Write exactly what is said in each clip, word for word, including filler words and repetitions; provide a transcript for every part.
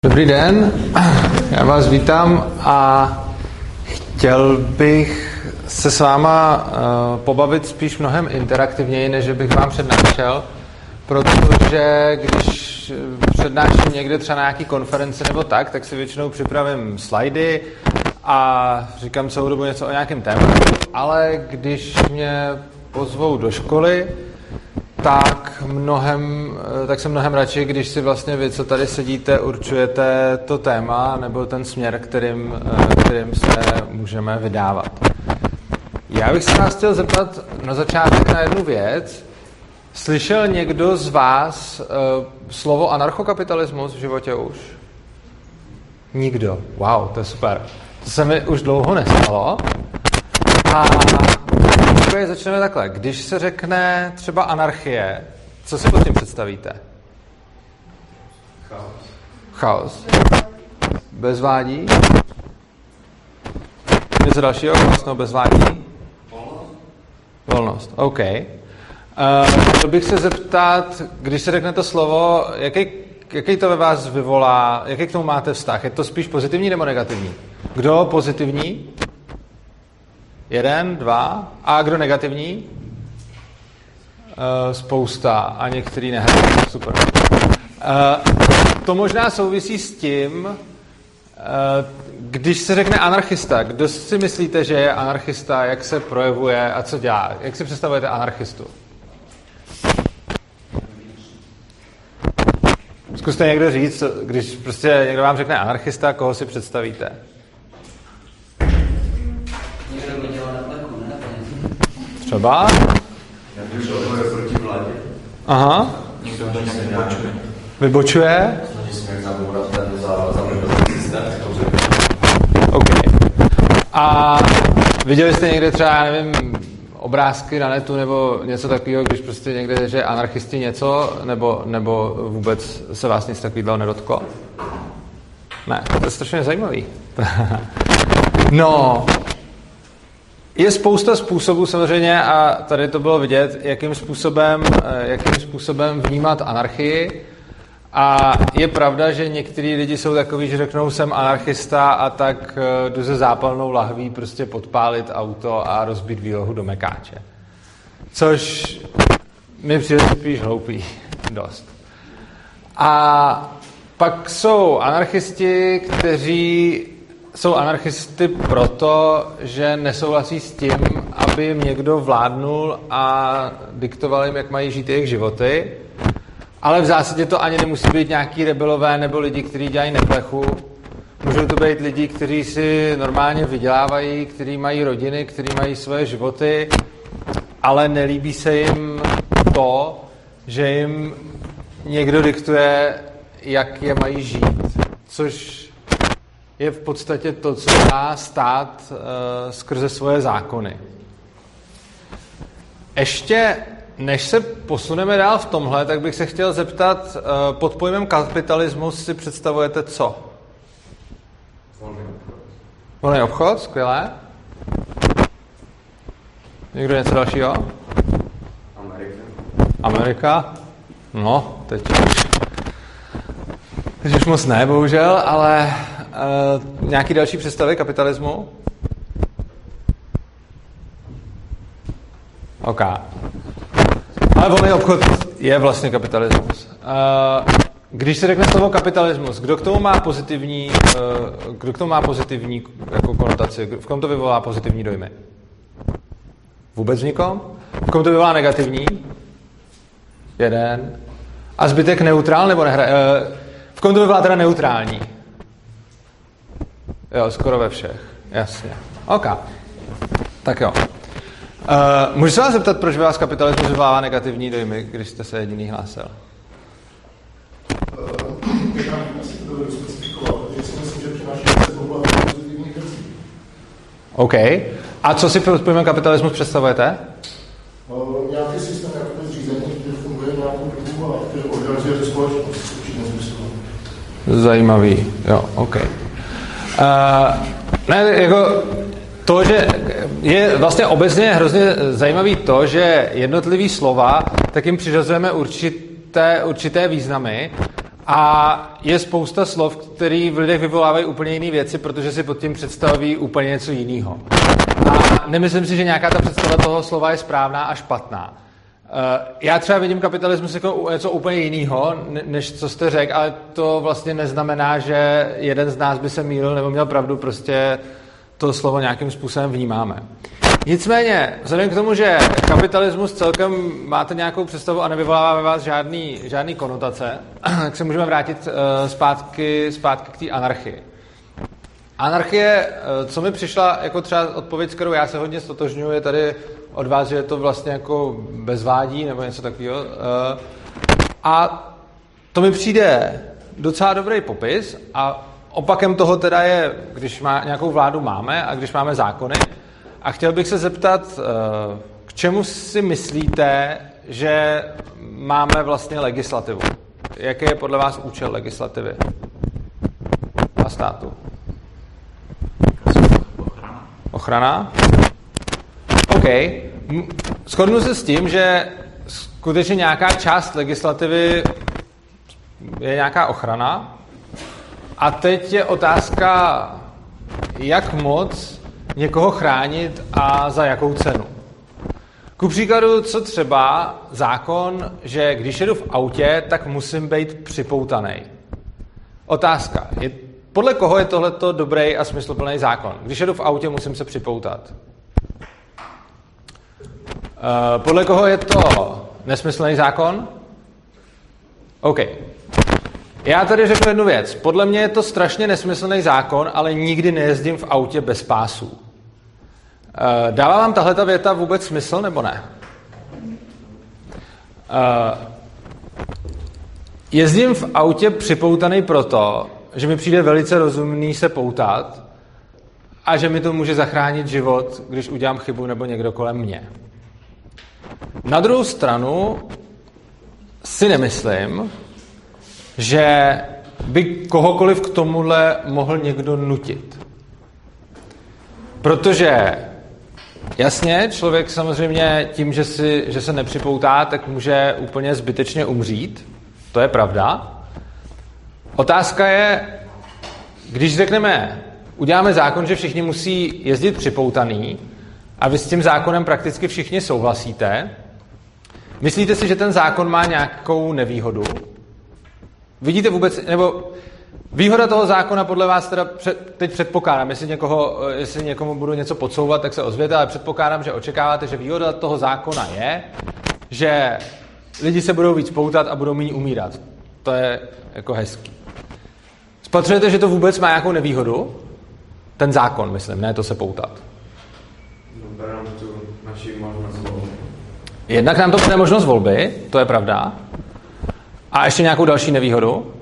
Dobrý den, já vás vítám a chtěl bych se s váma pobavit spíš mnohem interaktivněji, než bych vám přednášel, protože když přednáším někde třeba na nějaký konferenci nebo tak, tak si většinou připravím slajdy a říkám celou dobu něco o nějakém tématu, ale když mě pozvou do školy, tak, mnohem, tak jsem mnohem radši, když si vlastně vy, co tady sedíte, určujete to téma nebo ten směr, kterým, kterým se můžeme vydávat. Já bych se vás chtěl zeptat na začátek na jednu věc. Slyšel někdo z vás uh, slovo anarchokapitalismus v životě už? Nikdo. Wow, to je super. To se mi už dlouho nestalo. A začneme takhle. Když se řekne třeba anarchie, co si pod tím představíte? Chaos. Chaos. Bezvládí? Něco dalšího? Vlastně bezvládí? Volnost. Volnost, OK. Chtěl uh, bych se zeptat, když se řekne to slovo, jaký, jaký to ve vás vyvolá, jaký k tomu máte vztah? Je to spíš pozitivní nebo negativní? Kdo pozitivní? Jeden, dva. A kdo negativní? Uh, spousta. A některý nehrají. Super. Uh, to možná souvisí s tím, uh, když se řekne anarchista. Kdo si myslíte, že je anarchista, jak se projevuje a co dělá? Jak si představujete anarchistu? Zkuste někdo říct, když prostě někdo vám řekne anarchista, koho si představíte? Třeba? Někdo je proti vládě. Aha. Někdo vybočuje. Vybočuje? Snaží se nějak zabourat ten zavřený systém. OK. A viděli jste někde třeba, já nevím, obrázky na netu nebo něco takového, když prostě někde, že anarchisti něco, nebo, nebo vůbec se vás nic takového nedotklo? Ne, to je strašně zajímavý. No, je spousta způsobů samozřejmě, a tady to bylo vidět, jakým způsobem, jakým způsobem vnímat anarchii. A je pravda, že některý lidi jsou takový, že řeknou, jsem anarchista a tak jdu se zápalnou lahví prostě podpálit auto a rozbít výlohu do mekáče. Což mi přijde spíš hloupý. Dost. A pak jsou anarchisti, kteří jsou anarchisty proto, že nesouhlasí s tím, aby jim někdo vládnul a diktoval jim, jak mají žít jejich životy. Ale v zásadě to ani nemusí být nějaký rebelové nebo lidi, kteří dělají neplechu. Můžou to být lidi, kteří si normálně vydělávají, kteří mají rodiny, kteří mají svoje životy, ale nelíbí se jim to, že jim někdo diktuje, jak je mají žít. Což je v podstatě to, co má stát uh, skrze svoje zákony. Ještě než se posuneme dál v tomhle, tak bych se chtěl zeptat, uh, pod pojmem kapitalismus si představujete co? Volný obchod. Volný obchod, skvělé. Někdo něco dalšího? Amerika. Amerika? No, teď už, teď už moc ne, bohužel, ale uh, nějaký další představy kapitalismu? OK. Ale volný obchod je vlastně kapitalismus. Uh, když se řekne slovo kapitalismus, kdo k tomu má pozitivní, uh, kdo k tomu má pozitivní jako konotaci? V kom to vyvolá pozitivní dojmy? Vůbec v nikom? V kom to vyvolá negativní? Jeden. A zbytek neutrál nebo nehra? Uh, v kom to vyvolá teda neutrální? Jo, skoro ve všech. Jasně. OK. Tak jo. Uh, můžu se vás zeptat, proč vás kapitalismus vyvolává negativní dojmy, když jste se jediný hlásil? OK. A co si pod pojmem kapitalismus představujete? Nějaký systém nějakého zřízení, který funguje nějakou dobu a který organizuje společnost. Zajímavý. Jo, OK. Uh, ne, jako to, že je vlastně obecně hrozně zajímavý to, že jednotlivý slova, tak jim přiřazujeme určité, určité významy A je spousta slov, které v lidech vyvolávají úplně jiné věci, protože si pod tím představují úplně něco jiného. A nemyslím si, že nějaká ta představa toho slova je správná a špatná. Já třeba vidím kapitalismus jako něco úplně jiného, než co jste řekl, ale to vlastně neznamená, že jeden z nás by se mýlil nebo měl pravdu, prostě to slovo nějakým způsobem vnímáme. Nicméně, vzhledem k tomu, že kapitalismus celkem máte nějakou představu a nevyvolává ve vás žádný, žádný konotace, tak se můžeme vrátit uh, zpátky, zpátky k té anarchii. Anarchie, uh, co mi přišla jako třeba odpověď, s kterou já se hodně stotožňuji, je tady od vás, že je to vlastně jako bezvádí nebo něco takového. Uh, a to mi přijde docela dobrý popis a opakem toho teda je, když má, nějakou vládu máme a když máme zákony. A chtěl bych se zeptat, k čemu si myslíte, že máme vlastně legislativu? Jaký je podle vás účel legislativy a státu? Ochrana. Ochrana? OK. Shodnu se s tím, že skutečně nějaká část legislativy je nějaká ochrana. A teď je otázka, jak moc někoho chránit a za jakou cenu. Ku příkladu, co třeba zákon, že když jedu v autě, tak musím být připoutaný. Otázka. Je, podle koho je tohleto dobrý a smysluplný zákon? Když jedu v autě, musím se připoutat. E, podle koho je to nesmyslný zákon? OK. Já tady řeknu jednu věc. Podle mě je to strašně nesmyslný zákon, ale nikdy nejezdím v autě bez pásů. E, dává vám tahleta věta vůbec smysl, nebo ne? E, jezdím v autě připoutaný proto, že mi přijde velice rozumný se poutat a že mi to může zachránit život, když udělám chybu nebo někdo kolem mě. Na druhou stranu si nemyslím, že by kohokoliv k tomuhle mohl někdo nutit. Protože jasně, člověk samozřejmě tím, že, si, že se nepřipoutá, tak může úplně zbytečně umřít. To je pravda. Otázka je, když řekneme, uděláme zákon, že všichni musí jezdit připoutaný a vy s tím zákonem prakticky všichni souhlasíte, myslíte si, že ten zákon má nějakou nevýhodu? Vidíte vůbec, nebo výhoda toho zákona podle vás teda před, teď předpokládám, jestli, někoho, jestli někomu budu něco podsouvat, tak se ozvěte, ale předpokládám, že očekáváte, že výhoda toho zákona je, že lidi se budou víc poutat a budou méně umírat. To je jako hezký. Spatřujete, že to vůbec má nějakou nevýhodu? Ten zákon, myslím, ne to se poutat. Bere nám tu naši možnost volby. Jednak nám to bude možnost volby, to je pravda. A ještě nějakou další nevýhodu?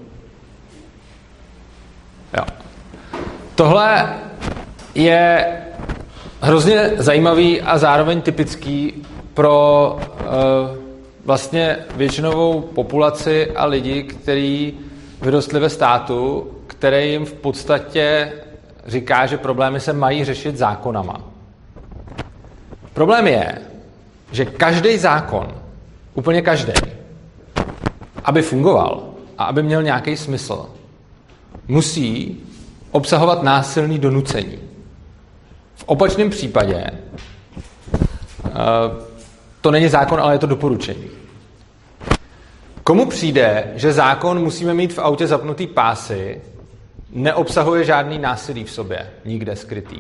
Jo. Tohle je hrozně zajímavý a zároveň typický pro uh, vlastně většinovou populaci a lidi, kteří vyrostli ve státu, který jim v podstatě říká, že problémy se mají řešit zákonama. Problém je, že každý zákon, úplně každý, aby fungoval a aby měl nějaký smysl, musí obsahovat násilný donucení. V opačném případě uh, to není zákon, ale je to doporučení. Komu přijde, že zákon musíme mít v autě zapnutý pásy, neobsahuje žádný násilí v sobě, nikde skrytý?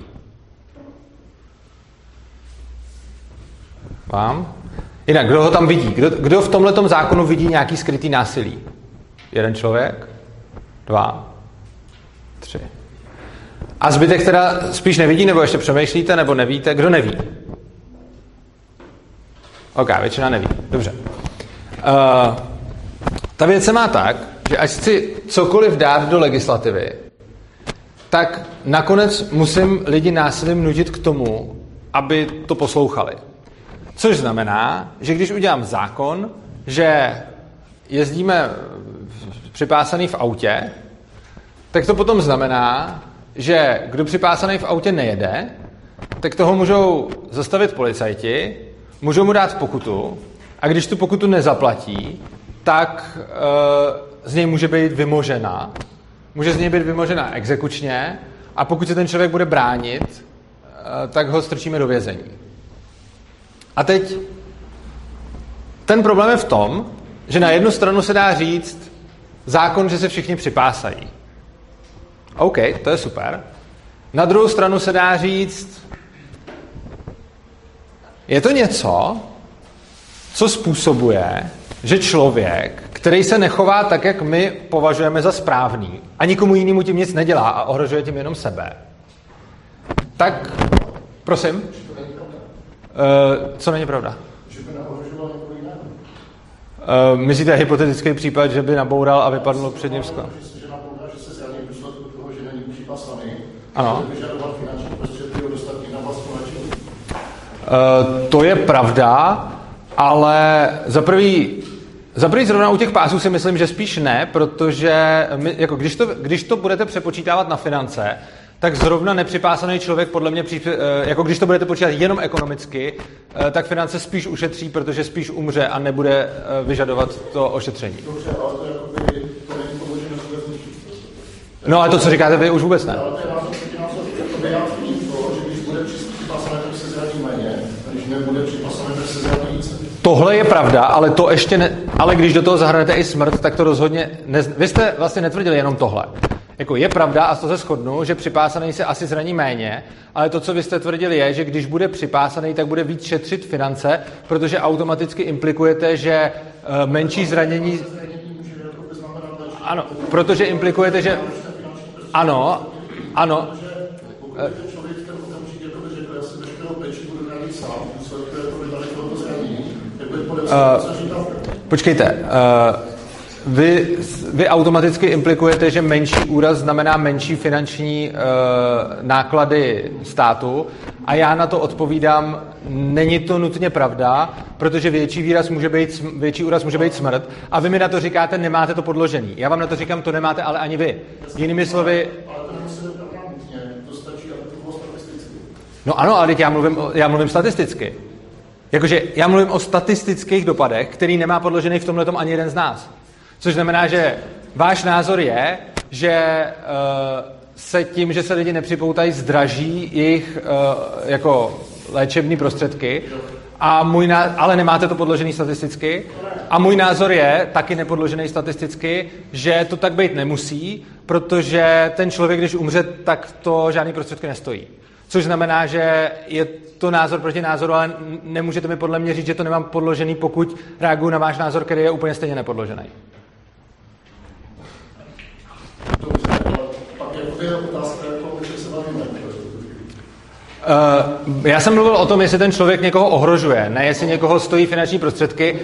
Vám? Jinak, kdo ho tam vidí? Kdo, kdo v tomhletom zákonu vidí nějaký skrytý násilí? Jeden člověk? Dva? Tři? A zbytek teda spíš nevidí, nebo ještě přemýšlíte, nebo nevíte? Kdo neví? OK, většina neví. Dobře. Uh, ta věc se má tak, že až chci cokoliv dát do legislativy, tak nakonec musím lidi násilím nutit k tomu, aby to poslouchali. Což znamená, že když udělám zákon, že jezdíme připásaný v autě, tak to potom znamená, že kdo připásaný v autě nejede, tak toho můžou zastavit policajti, můžou mu dát pokutu a když tu pokutu nezaplatí, tak uh, z něj může být vymožena. Může z něj být vymožena exekučně a pokud se ten člověk bude bránit, uh, tak ho strčíme do vězení. A teď ten problém je v tom, že na jednu stranu se dá říct zákon, že se všichni připásají. OK, to je super. Na druhou stranu se dá říct, je to něco, co způsobuje, že člověk, který se nechová tak, jak my považujeme za správný a nikomu jinému tím nic nedělá a ohrožuje tím jenom sebe, tak, prosím, uh, co není pravda? Že by neohrožoval někoho jiného. Uh, myslíte hypotetický případ, že by naboural a vypadl před ním sklo? Že naboural, že se zraní v důsledku toho, že není připasaný. Ano. Že vyžadovat finanční prostředky od ostatních na vlastní léčení. Uh, to je pravda, ale za prvý, za prvý zrovna u těch pásů si myslím, že spíš ne, protože my, jako když, to, když to budete přepočítávat na finance, tak zrovna nepřipásaný člověk podle mě, jako když to budete počítat jenom ekonomicky, tak finance spíš ušetří, protože spíš umře a nebude vyžadovat to ošetření. Dobře, ale to, jakoby, to není podložené vůbec ničím. No ale to, co říkáte vy, už vůbec ne. Ale to je názor, který názor, jakoby já tvrdím to, že když bude připasané, tak se zraní méně, a když nebude připasané, tak se zraní více. Tohle je pravda, ale to ještě ne, ale když do toho zahrnete i smrt, tak to rozhodně ne, vy jste vlastně netvrdili jenom tohle. Jako je pravda, a to se shodnu, že připásaný se asi zraní méně, ale to, co vy jste tvrdili, je, že když bude připásaný, tak bude víc šetřit finance, protože automaticky implikujete, že uh, menší zranění... Ano, protože implikujete, že... Ano, ano. Uh, počkejte, uh, vy, vy automaticky implikujete, že menší úraz znamená menší finanční uh, náklady státu a já na to odpovídám, není to nutně pravda, protože větší, výraz může být, větší úraz může být smrt a vy mi na to říkáte, nemáte to podložený. Já vám na to říkám, to nemáte ale ani vy. Jinými slovy... No ano, ale teď já mluvím, já mluvím statisticky. Jakože já mluvím o statistických dopadech, který nemá podložený v tomhletom ani jeden z nás. Což znamená, že váš názor je, že uh, se tím, že se lidi nepřipoutají, zdraží jejich uh, jako léčebné prostředky, a můj názor, ale nemáte to podložený statisticky. A můj názor je, taky nepodložený statisticky, že to tak být nemusí, protože ten člověk, když umře, tak to žádný prostředky nestojí. Což znamená, že je to názor proti názoru, ale nemůžete mi podle mě říct, že to nemám podložený, pokud reaguju na váš názor, který je úplně stejně nepodložený. Uh, já jsem mluvil o tom, jestli ten člověk někoho ohrožuje, ne jestli někoho stojí finanční prostředky.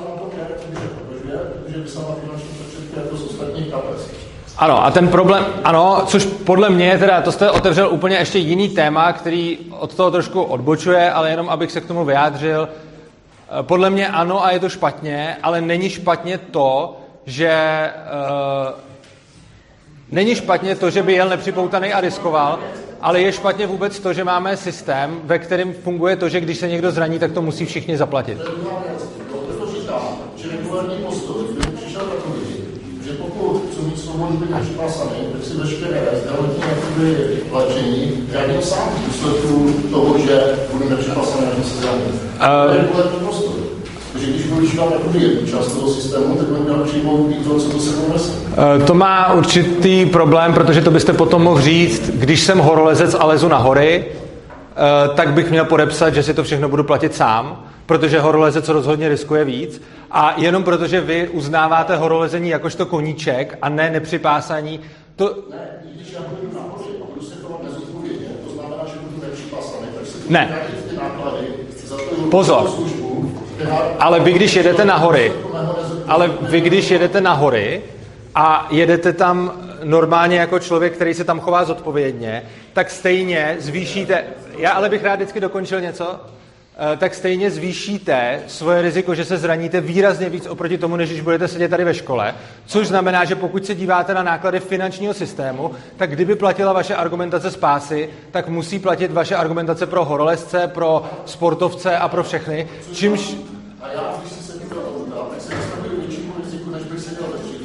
Ano, a ten problém, ano, což podle mě, teda to jste otevřel úplně ještě jiný téma, který od toho trošku odbočuje, ale jenom abych se k tomu vyjádřil. Podle mě ano a je to špatně, ale není špatně to, že uh, není špatně to, že by jel nepřipoutaný a riskoval, ale je špatně vůbec to, že máme systém, ve kterém funguje to, že když se někdo zraní, tak to musí všichni zaplatit. To říká, že regulární postoj by přišel takový, že pokud chcou mít svobodu být nepřipásaný, tak si veškeré zdravotní léčení hradí sám v důsledku toho, že budu nepřipásaný, až se zraní. To je regulární postoj. Takže když budu užívat jednu část toho systému, tak bych měl přijmout i to, co to se nese. To má určitý problém, protože to byste potom mohl říct, když jsem horolezec a lezu na hory, tak bych měl podepsat, že si to všechno budu platit sám, protože horolezec rozhodně riskuje víc. A jenom protože vy uznáváte horolezení jakožto koníček a ne nepřipásaní, to... Ne, když já budu na hoře a budu se chovat nezodpovědně, to znamená, že budu nepřipásaný, tak se budu ne. ty náklady za to Pozor. službu, která... Ale vy, když jedete na hory, ale vy, když jedete na hory a jedete tam normálně jako člověk, který se tam chová zodpovědně, tak stejně zvýšíte, já ale bych rád vždycky dokončil něco, tak stejně zvýšíte svoje riziko, že se zraníte výrazně víc oproti tomu, než když budete sedět tady ve škole, což znamená, že pokud se díváte na náklady finančního systému, tak kdyby platila vaše argumentace spásy, tak musí platit vaše argumentace pro horolezce, pro sportovce a pro všechny, čímž... A já, když si sedím do auta, tak se vystavuju většímu riziku, než bych seděl ve třídě,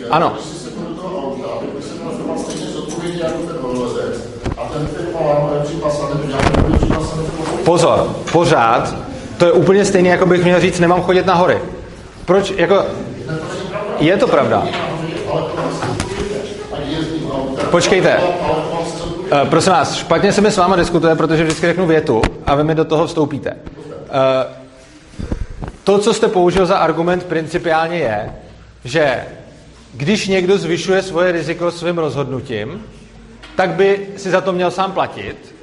Ano. Když si sednu do toho auta, tak bych se měl zrovna stejně zodpovědět jako ten horolezec a ten firma nepřipasal, nebo nějaký nebude připasal, nebo... Pozor, pořád, to je úplně stejné, jako bych měl říct, nemám chodit na hory. Proč, jako... Je to pravda. Počkejte. Uh, prosím vás, špatně se mi s váma diskutuje, protože vždycky řeknu větu a vy mi do toho vstoupíte. Uh, to, co jste použil za argument principiálně je, že když někdo zvyšuje svoje riziko svým rozhodnutím, tak by si za to měl sám platit.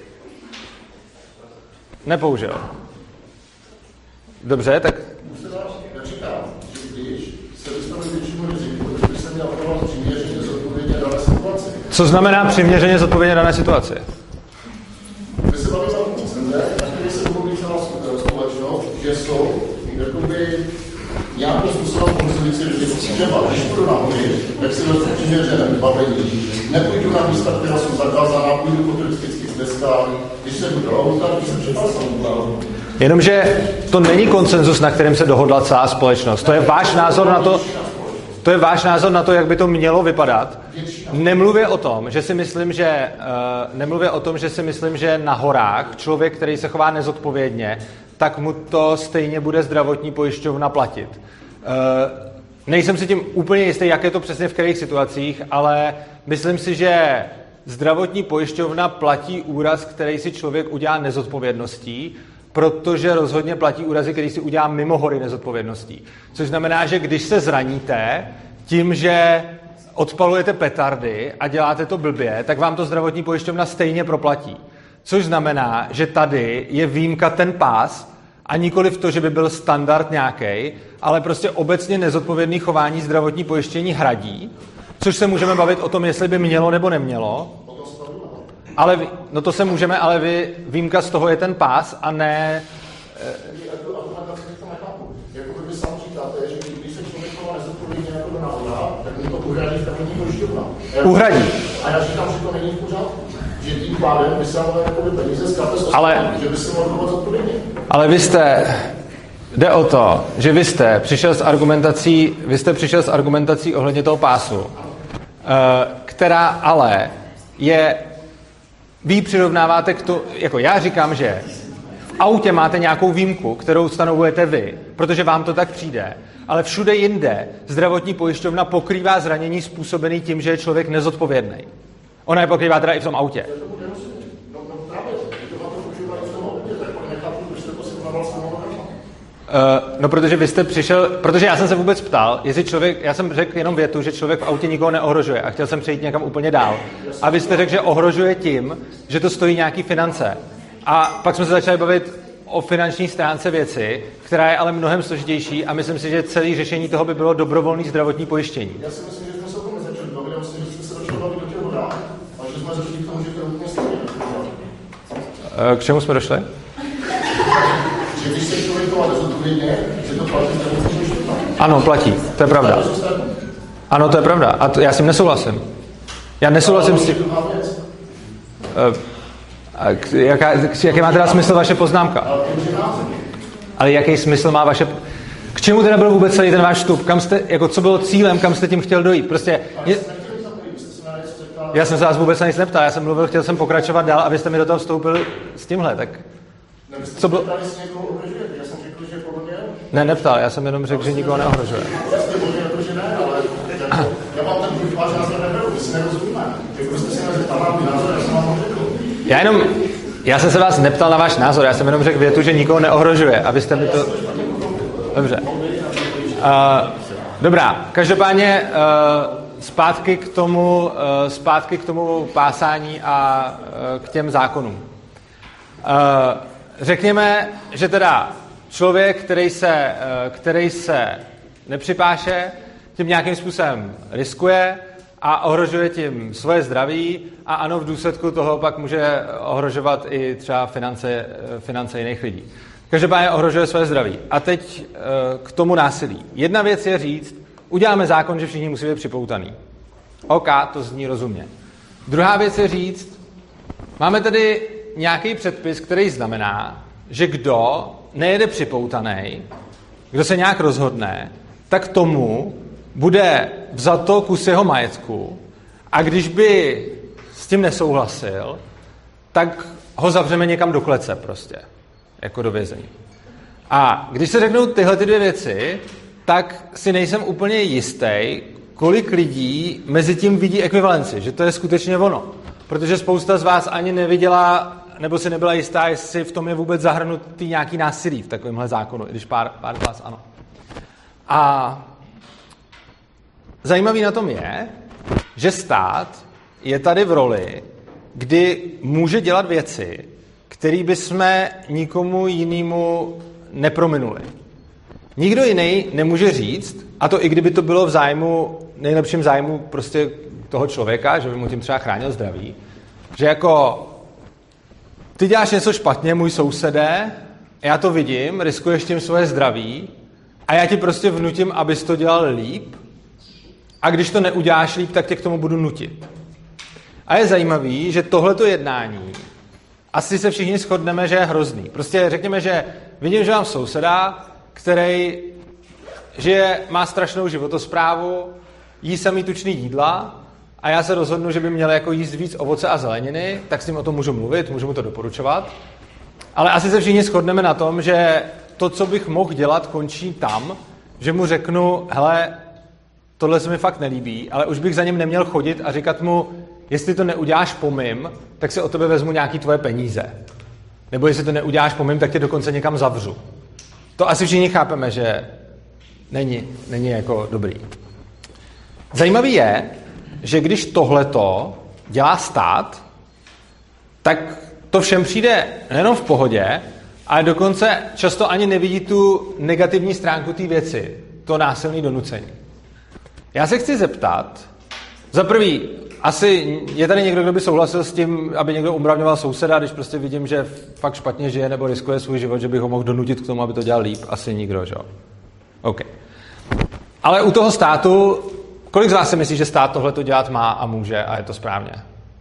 Nepoužil. Dobře, tak... Já říkám, že když se vystaví většímu riziku, tak by se měl chovat přiměřeně zodpovědně dané situaci. Co znamená přiměřeně zodpovědně dané situaci? My se bavíme o funkce, na které se domluví celá společnost, že jsou jakoby nějakým způsobem konzolici riziku. Třeba, když půjdu na hory, tak si vezmu přiměřené vybavení, nepůjdu na místa, která jsou zakázaná, půjdu po turistických cestách, když se jdu do auta, když se připasám do Jenomže to není konsenzus, na kterém se dohodla celá společnost. To je váš názor na to, to je váš názor na to, jak by to mělo vypadat. Nemluvě o tom, že si myslím, že uh, nemluvě o tom, že si myslím, že na horách člověk, který se chová nezodpovědně, tak mu to stejně bude zdravotní pojišťovna platit. Uh, nejsem si tím úplně jistý, jak je to přesně v kterých situacích, ale myslím si, že zdravotní pojišťovna platí úraz, který si člověk udělá nezodpovědností, protože rozhodně platí úrazy, který si udělá mimo hory nezodpovědností. Což znamená, že když se zraníte tím, že odpalujete petardy a děláte to blbě, tak vám to zdravotní pojišťovna stejně proplatí. Což znamená, že tady je výjimka ten pás a nikoliv to, že by byl standard nějaký, ale prostě obecně nezodpovědný chování zdravotní pojištění hradí, což se můžeme bavit o tom, jestli by mělo nebo nemělo. Ale vy, no to se můžeme, ale vy, výjimka z toho je ten pás a ne... Jako vy sám říkáte, že když se člověk chová nezodpovědně jako do náhoda, tak mi to uhradí zdravotní pojišťovna. Uhradí. A já říkám, že to není v pořádku. Že tím pádem by se ale jako peníze z kapes ale, že by se mohl chovat zodpovědně. Ale vy jste... Jde o to, že vy jste přišel s argumentací, vy jste přišel s argumentací ohledně toho pásu, která ale je... Vy ji přirovnáváte k to, jako já říkám, že v autě máte nějakou výjimku, kterou stanovujete vy, protože vám to tak přijde, ale všude jinde zdravotní pojišťovna pokrývá zranění způsobený tím, že je člověk nezodpovědný. Ona je pokrývá teda i v tom autě. Uh, no, protože vy jste přišel, protože já jsem se vůbec ptal, jestli člověk, já jsem řekl jenom větu, že člověk v autě nikoho neohrožuje a chtěl jsem přejít někam úplně dál. A vy jste řekl, že ohrožuje tím, že to stojí nějaký finance. A pak jsme se začali bavit o finanční stránce věci, která je ale mnohem složitější a myslím si, že celé řešení toho by bylo dobrovolné zdravotní pojištění. Já si myslím, že jsme se o tom nezačali bavit, já myslím, že jsme se začali bavit do těch hodách, a že jsme začali k tomu, že to je úplně stejně. K čemu jsme došli? Že když se člověk chová nezodpovědně, že to platí zdravotní pojišťovna. Ano, platí, to je pravda. Ano, to je pravda. A to, já s tím nesouhlasím. Já nesouhlasím s tím. Uh, jaká, jaký má teda smysl vaše poznámka? Ale jaký smysl má vaše... K čemu teda byl vůbec celý ten váš vstup? Kam jste, jako co bylo cílem, kam jste tím chtěl dojít? Prostě... Je... Já jsem se vás vůbec na nic neptal. Já jsem mluvil, chtěl jsem pokračovat dál, abyste mi do toho vstoupili s tímhle, tak... Co bylo... Ne, neptal, já jsem jenom řekl, že nikoho neohrožuje. Já jenom, já jsem se vás neptal na váš názor, já jsem jenom řekl větu, že nikoho neohrožuje, abyste mi to... Dobře. Uh, dobrá, každopádně uh, zpátky k tomu, uh, zpátky k tomu pásání a uh, k těm zákonům. Uh, řekněme, že teda člověk, který se, který se nepřipáše, tím nějakým způsobem riskuje a ohrožuje tím svoje zdraví a ano, v důsledku toho pak může ohrožovat i třeba finance, finance jiných lidí. Každopádně ohrožuje svoje zdraví. A teď k tomu násilí. Jedna věc je říct, uděláme zákon, že všichni musí být připoutaný. OK, to zní rozumně. Druhá věc je říct, máme tedy nějaký předpis, který znamená, že kdo nejede připoutaný, kdo se nějak rozhodne, tak tomu bude vzato kus jeho majetku a když by s tím nesouhlasil, tak ho zavřeme někam do klece prostě, jako do vězení. A když se řeknou tyhle ty dvě věci, tak si nejsem úplně jistý, kolik lidí mezi tím vidí ekvivalenci, že to je skutečně ono. Protože spousta z vás ani neviděla, nebo si nebyla jistá, jestli v tom je vůbec zahrnutý nějaký násilí v takovémhle zákonu, i když pár, pár z vás ano. A zajímavý na tom je, že stát je tady v roli, kdy může dělat věci, které bychom nikomu jinému neprominuli. Nikdo jiný nemůže říct, a to i kdyby to bylo v zájmu, nejlepším zájmu prostě toho člověka, že by mu tím třeba chránil zdraví, že jako ty děláš něco špatně, můj sousede, já to vidím, riskuješ tím svoje zdraví a já ti prostě vnutím, abys to dělal líp a když to neuděláš líp, tak tě k tomu budu nutit. A je zajímavý, že tohleto jednání asi se všichni shodneme, že je hrozný. Prostě řekněme, že vidím, že mám souseda, který že má strašnou životosprávu, jí samý tučný jídla a já se rozhodnu, že by měl jako jíst víc ovoce a zeleniny, tak s ním o tom můžu mluvit, můžu mu to doporučovat. Ale asi se všichni shodneme na tom, že to, co bych mohl dělat, končí tam, že mu řeknu, hele, tohle se mi fakt nelíbí, ale už bych za ním neměl chodit a říkat mu, jestli to neuděláš po mým, tak si o tebe vezmu nějaký tvoje peníze. Nebo jestli to neuděláš po mým, tak tě dokonce někam zavřu. To asi všichni chápeme, že není, není jako dobrý. Zajímavý je, že když tohleto dělá stát, tak to všem přijde nejenom v pohodě, ale dokonce často ani nevidí tu negativní stránku té věci, to násilné donucení. Já se chci zeptat, za prvý, asi je tady někdo, kdo by souhlasil s tím, aby někdo umravňoval souseda, když prostě vidím, že fakt špatně žije nebo riskuje svůj život, že bych ho mohl donutit k tomu, aby to dělal líp? Asi nikdo, že jo? OK. Ale u toho státu, kolik z vás si myslí, že stát tohle to dělat má a může a je to správně?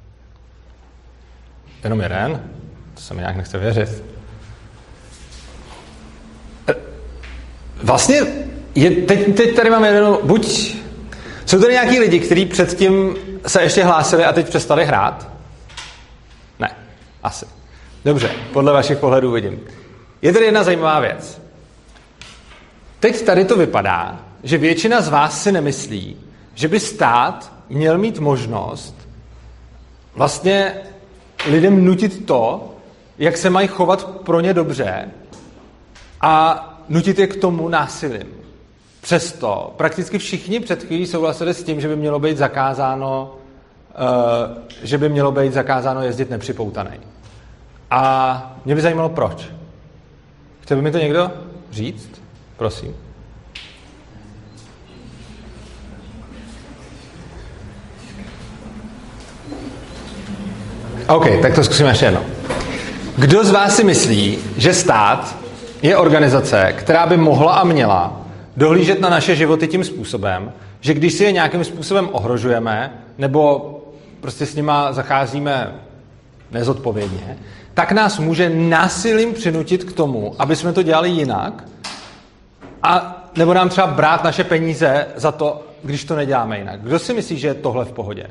Jenom jeden? To se mi nějak nechce věřit. Vlastně, je, teď, teď tady máme jeden, buď jsou tady nějaký lidi, kteří předtím se ještě hlásili a teď přestali hrát? Ne, asi. Dobře, podle vašich pohledů vidím. Je tady jedna zajímavá věc. Teď tady to vypadá, že většina z vás si nemyslí, že by stát měl mít možnost vlastně lidem nutit to, jak se mají chovat pro ně dobře a nutit je k tomu násilím. Přesto prakticky všichni před chvílí souhlasili s tím, že by mělo být zakázáno, uh, že by mělo být zakázáno jezdit nepřipoutaný. A mě by zajímalo, proč. Chtěl by mi to někdo říct? Prosím. OK, tak to zkusíme ještě jednou. Kdo z vás si myslí, že stát je organizace, která by mohla a měla dohlížet na naše životy tím způsobem, že když si je nějakým způsobem ohrožujeme, nebo prostě s nima zacházíme nezodpovědně, tak nás může násilím přinutit k tomu, aby jsme to dělali jinak, a nebo nám třeba brát naše peníze za to, když to neděláme jinak. Kdo si myslí, že je tohle v pohodě?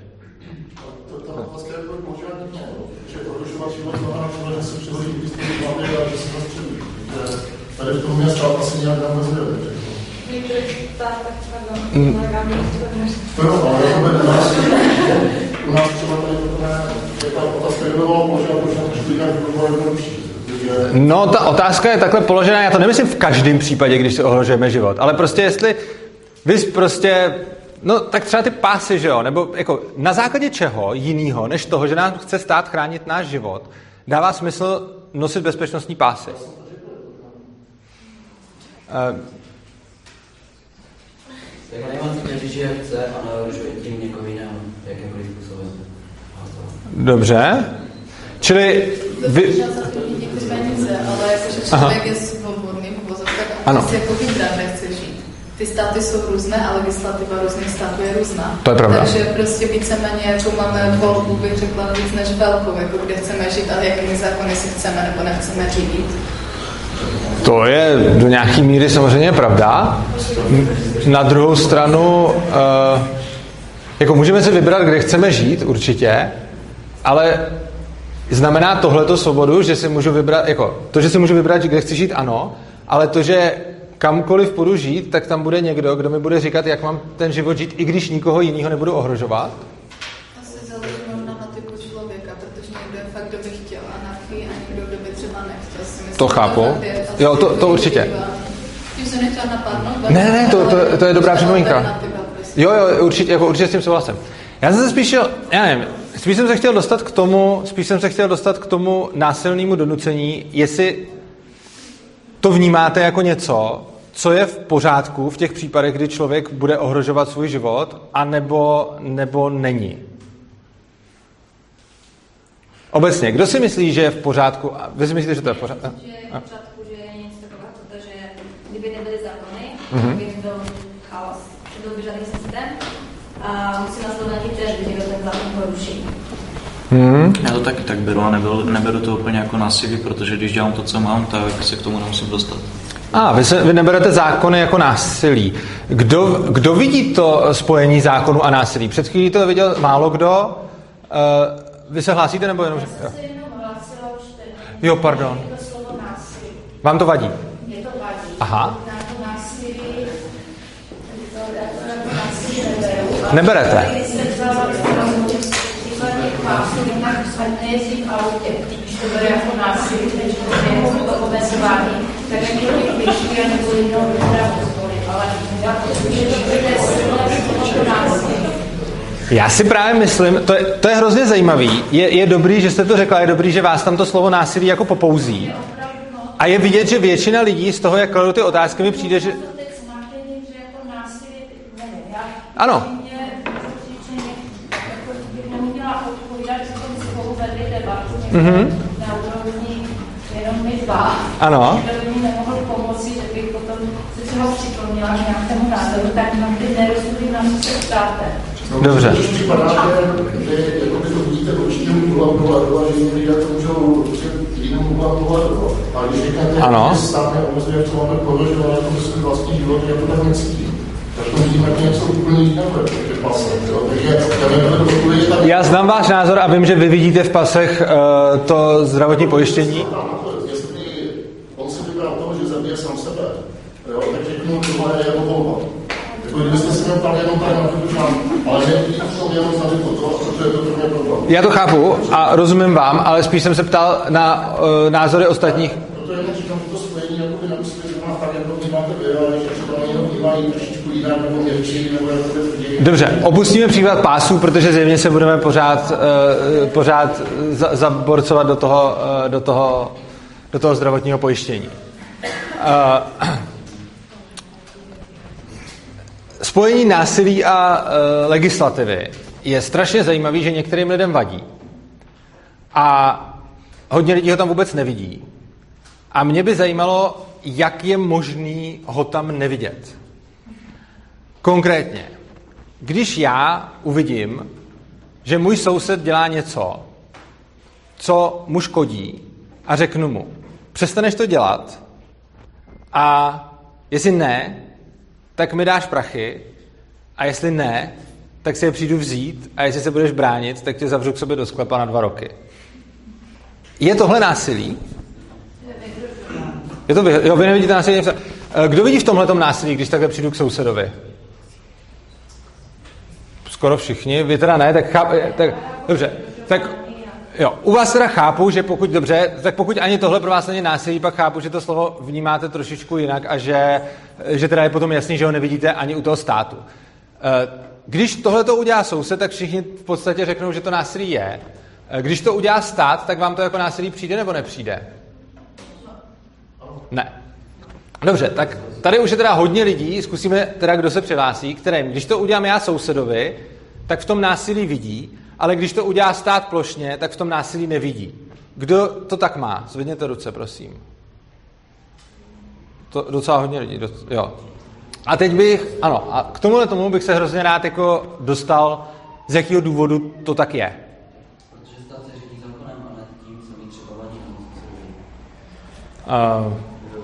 Tady v tom je stát asi nějak nám rozdělit. Některý stát tak třeba nelegálně to jo, ale to bude u nás, u nás třeba tady je ta otázka, kdo bylo možná, možná to nějak bylo jednodušší. No, ta otázka je takhle položená, já to nemyslím v každém případě, když si ohrožujeme život, ale prostě jestli vy prostě, no tak třeba ty pásy, že jo, nebo jako na základě čeho jinýho, než toho, že nám chce stát chránit náš život, dává smysl nosit bezpečnostní pásy. Uh, tak nemá si každý, že chce a neohrožuje tím někoho jiného, jakýmkoliv způsobem. Dobře. Čili vy... Někdy peníze, ale jakože člověk je svobodný, tak prostě jako vybrat nechce žít. Ty státy jsou různé a legislativa různých států je různá. To je pravda. Takže prostě víceméně jako máme volbu, bych řekla víc než velkou, jako kde chceme žít a jakými zákony si chceme nebo nechceme řídit. To je do nějaký míry samozřejmě pravda. Na druhou stranu, uh, jako můžeme si vybrat, kde chceme žít, určitě, ale znamená tohleto svobodu, že si můžu vybrat, jako to, že si můžu vybrat, kde chci žít, ano, ale to, že kamkoliv půjdu žít, tak tam bude někdo, kdo mi bude říkat, jak mám ten život žít, i když nikoho jiného nebudu ohrožovat. Asi záleží možná na typu člověka, protože někdo je fakt, kdo by chtěl anarchii a někdo, kdo by třeba nechtěl. Si myslím, to chápu. Jo, to, to určitě. Tím se nechtěl napadnout. Ne, ne, to, to, to je dobrá připomínka. Jo, jo, určitě, jako určitě s tím souhlasím. Já jsem se spíš, já nevím, spíš jsem se chtěl dostat k tomu, spíš jsem se chtěl dostat k tomu násilnému donucení, jestli to vnímáte jako něco, co je v pořádku v těch případech, kdy člověk bude ohrožovat svůj život, anebo nebo není. Obecně, kdo si myslí, že je v pořádku? Vy si myslíte, že to je v pořádku? Že je v pořádku, že je něco takového, protože kdyby nebyly zákony, mm-hmm. by nebyl chaos, nebyl by žádný systém a musí následovat i tež, když někdo ten zákon poruší. Hmm. Já to taky tak beru a neberu, neberu to úplně jako násilí, protože když dělám to, co mám, tak se k tomu nemusím dostat. A, vy, se, vy neberete zákony jako násilí. Kdo, kdo vidí to spojení zákonu a násilí? Před chvílí to viděl málo kdo. Uh, vy se hlásíte nebo jenom... Já jsem se jenom hlásila už teď. Jo, pardon. Je to slovo násilí. Vám to vadí? Je to vadí. Aha. Na to násilí, to, já to jako násilí neberu. Neberete? Když se vzala příkladně k pásu, jinak nejezdí v autě, když to bere jako násilí, takže to je to omezování, tak jako těch větší a nebo jiného vybrát zvolit, ale jako že to je slovo násilí. Já si právě myslím, to je, to je hrozně zajímavý, je, je dobrý, že jste to řekla, je dobrý, že vás tam to slovo násilí jako popouzí. A je vidět, že většina lidí z toho, jak kladou ty otázky, mi přijde, že... Ano. Mm-hmm. Na úrovni jenom my dva. Ano. Že by mi nemohl pomoci, že bych potom se třeba připomněla k nějakému názoru, tak mám ty nerozumím, na co se ptáte. Dobře. Když připadá, že to budíte určitému úhlu pohledu a že jiní lidé to můžou jinému úhlu pohledu. A když říkáte, že stát neomezuje, co máme považovat jako svůj vlastní život, jako tak necítí. Tak to vidíme jako něco úplně jiného, že pasek. Takže já znám váš názor a vím, že vy vidíte v pasech uh, to zdravotní pojištění. Jestli on si vybral toho, že zabije sám sebe, jo, tak řeknu, tohle je jako volba. Jako kdybyste se neptali jenom tak na to, ale že to jenom znali to, protože je to pro mě problém. Já to chápu a rozumím vám, ale spíš jsem se ptal na uh, názory ostatních. Proto jenom říkám, že to spojení jako by nemuseli znamená tak, jako vnímáte vy, ale že třeba jenom vnímají trošičku jinak nebo měrčí, nebo jako tvrdí. Dobře, opustíme případ pásů, protože zjevně se budeme pořád, uh, pořád za, zaborcovat do toho, uh, do, toho, do toho zdravotního pojištění. Uh, spojení násilí a uh, legislativy je strašně zajímavý, že některým lidem vadí. A hodně lidí ho tam vůbec nevidí. A mě by zajímalo, jak je možný ho tam nevidět. Konkrétně, když já uvidím, že můj soused dělá něco, co mu škodí, a řeknu mu, přestaneš to dělat a jestli ne, tak mi dáš prachy a jestli ne, tak si je přijdu vzít a jestli se budeš bránit, tak tě zavřu k sobě do sklepa na dva roky. Je tohle násilí? Je to vy, jo, vy nevidíte násilí? Kdo vidí v tomhletom násilí, když takhle přijdu k sousedovi? Skoro všichni, vy teda ne, tak, cháp, tak dobře, tak jo, u vás teda chápu, že pokud, dobře, tak pokud ani tohle pro vás není násilí, pak chápu, že to slovo vnímáte trošičku jinak a že, že teda je potom jasný, že ho nevidíte ani u toho státu. Když tohle to udělá soused, tak všichni v podstatě řeknou, že to násilí je. Když to udělá stát, tak vám to jako násilí přijde nebo nepřijde? Ne. Dobře, tak tady už je teda hodně lidí, zkusíme teda, kdo se přihlásí, kterým, když to udělám já sousedovi, tak v tom násilí vidí, ale když to udělá stát plošně, tak v tom násilí nevidí. Kdo to tak má? Zvedněte ruce, prosím. To docela hodně lidí, jo. A teď bych, ano, a k tomuhle tomu bych se hrozně rád jako dostal, z jakého důvodu to tak je. Protože stát se řídí zákonem a ne tím, co mi třeba vadí. Uh,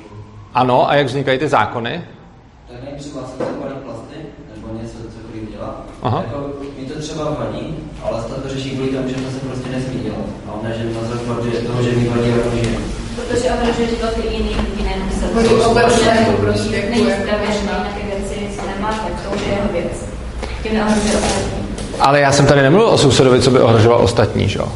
Ano, a jak vznikají ty zákony? Tak nevím, třeba se zabalí plasty, nebo něco, co kvůli dělá. Aha. Jako, mi to třeba vadí, ale stát to řeší kvůli tomu, že to se prostě nesmí dělat. A on ne, že na základě toho, že mi vadí jako žije. Protože ohrožuje život i jiných lidí, nejenom se. Není spravedlný na ty věci, co nemá, tak to už je jeho věc. Tím neohrožuje ostatní. Ale já jsem tady nemluvil o sousedovi, co by ohrožoval ostatní, že jo?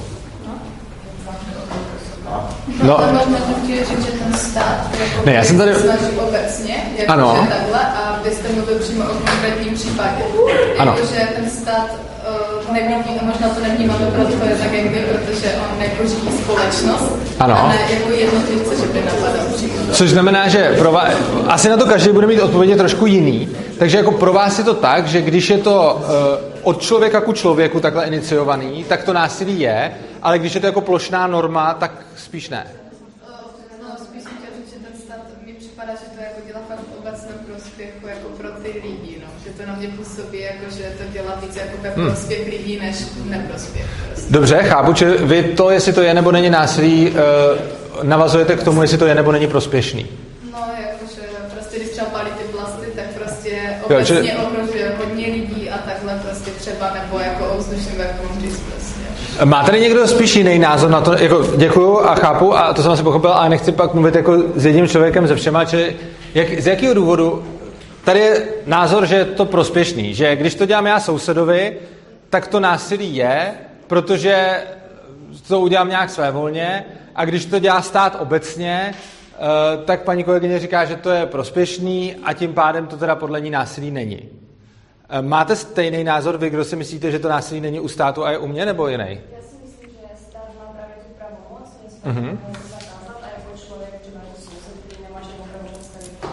No, to možná chtěli říct, že ten stát jako ne, já jsem tady... snaží obecně, jako ano. že takhle, a vy jste mluvil přímo o konkrétním případě. Ano. Jakože ten stát uh, nevidí, a možná to nevnímáme pro tvoje tak jak vy, protože on jako řídí společnost, ano. A ne jako jednotlivce, že by napadal přímo. Což znamená, že pro vás, asi na to každý bude mít odpovědi trošku jiný, takže jako pro vás je to tak, že když je to uh, od člověka ku člověku takhle iniciovaný, tak to násilí je, ale když je to jako plošná norma, tak spíš ne. No, spíš jsem chtěla říct, že ten stát mi připadá, že to jako dělá fakt v obecném prospěchu jako pro ty lidi, no. Že to na mě působí, jako, že to dělá víc jako ve prospěch hmm. lidí, než neprospěch. Prostě. Dobře, chápu, že vy to, jestli to je nebo není násilí, uh, navazujete k tomu, jestli to je nebo není prospěšný. No, jakože prostě, když třeba pálí ty plasty, tak prostě obecně jo, že... ohrožuje hodně lidí a takhle prostě třeba, nebo jako ovzduším, jak mám říct prostě. Má tady někdo spíš jiný názor na to, jako děkuju a chápu, a to jsem asi pochopil, ale nechci pak mluvit jako s jedním člověkem ze všema, čili jak, z jakého důvodu tady je názor, že je to prospěšný, že když to dělám já sousedovi, tak to násilí je, protože to udělám nějak svévolně, a když to dělá stát obecně, tak paní kolegyně říká, že to je prospěšný a tím pádem to teda podle ní násilí není. Máte stejný názor vy, kdo si myslíte, že to násilí není u státu a je u mě, nebo jiný? Já si myslím, že stát má právě tu pravomoc, něco mm-hmm. zakázat a jako člověk, třeba jako soused, který nemá žádnou pravomoc,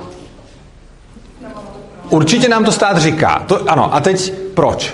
tak určitě nám to stát říká. To, ano, a teď proč?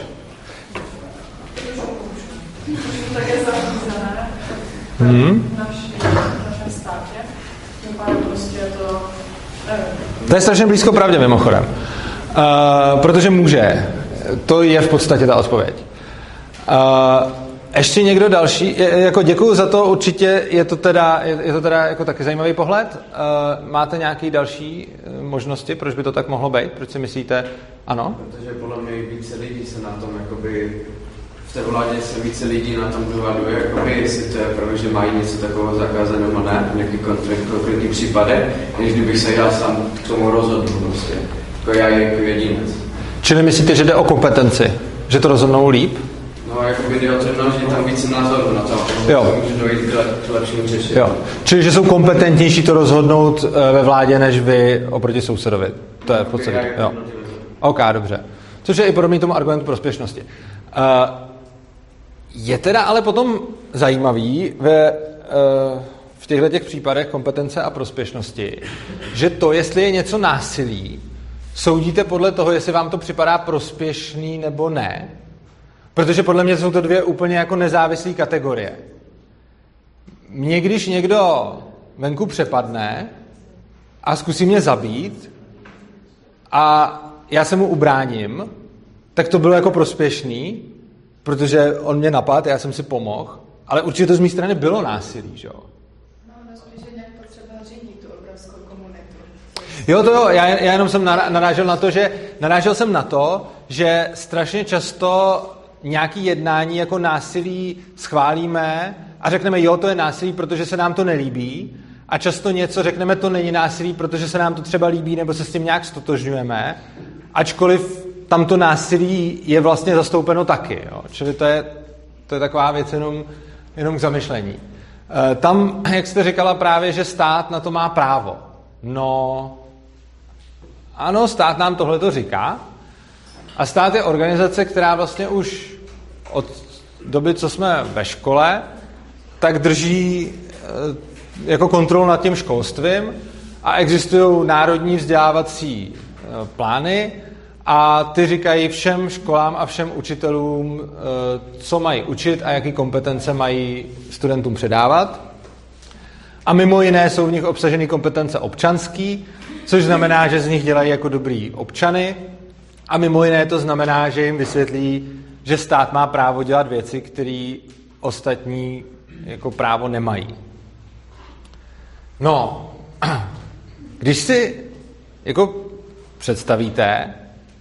Tak je zařízené hmm. v našem státě. Tím pádem prostě je to, nevím. To je strašně blízko pravdě, mimochodem. Uh, protože může. To je v podstatě ta odpověď. Uh, ještě někdo další? Je, jako děkuju za to, určitě je to teda, je, je to teda jako taky zajímavý pohled. Uh, máte nějaké další možnosti, proč by to tak mohlo být? Proč si myslíte, ano? Protože podle mě více lidí se na tom, jakoby, v té vládě se více lidí na tom dohaduje, jakoby, jestli to je pravda, že mají něco takového zakázaného, nebo ne, v nějakých konkrétních případech, než kdybych se já sám k tomu rozhodl prostě. Jako já jako jedinec. Čili myslíte, že jde o kompetenci? Že to rozhodnou líp? No, jako by jde o to, že tam více názorů na to. Jo. Může dojít k lepšímu řešení. Jo. Čili, že jsou kompetentnější to rozhodnout ve vládě, než vy oproti sousedovi. To je v podstatě. Jo. OK, dobře. Což je i podobný tomu argumentu prospěšnosti. Uh, je teda ale potom zajímavý ve, uh, v těchto těch případech kompetence a prospěšnosti, že to, jestli je něco násilí, soudíte podle toho, jestli vám to připadá prospěšný nebo ne. Protože podle mě jsou to dvě úplně jako nezávislé kategorie. Mně, když někdo venku přepadne a zkusí mě zabít a já se mu ubráním, tak to bylo jako prospěšný, protože on mě napadl, já jsem si pomohl, ale určitě to z mé strany bylo násilí, že jo? No, no spíš je nějak potřeba řídit tu obrovskou komunitu. Jo, to jo, já, já jenom jsem narážel na to, že narážel jsem na to, že strašně často nějaký jednání jako násilí schválíme a řekneme, jo, to je násilí, protože se nám to nelíbí, a často něco řekneme, to není násilí, protože se nám to třeba líbí, nebo se s tím nějak stotožňujeme, ačkoliv tam to násilí je vlastně zastoupeno taky. Jo. Čili to je, to je taková věc jenom, jenom k zamyšlení. E, tam, jak jste říkala právě, že stát na to má právo. No, ano, stát nám tohleto říká. A stát je organizace, která vlastně už od doby, co jsme ve škole, tak drží jako kontrolu nad tím školstvím a existují národní vzdělávací plány a ty říkají všem školám a všem učitelům, co mají učit a jaký kompetence mají studentům předávat. A mimo jiné jsou v nich obsaženy kompetence občanský, což znamená, že z nich dělají jako dobrý občany, a mimo jiné to znamená, že jim vysvětlí, že stát má právo dělat věci, které ostatní jako právo nemají. No, Když si jako představíte,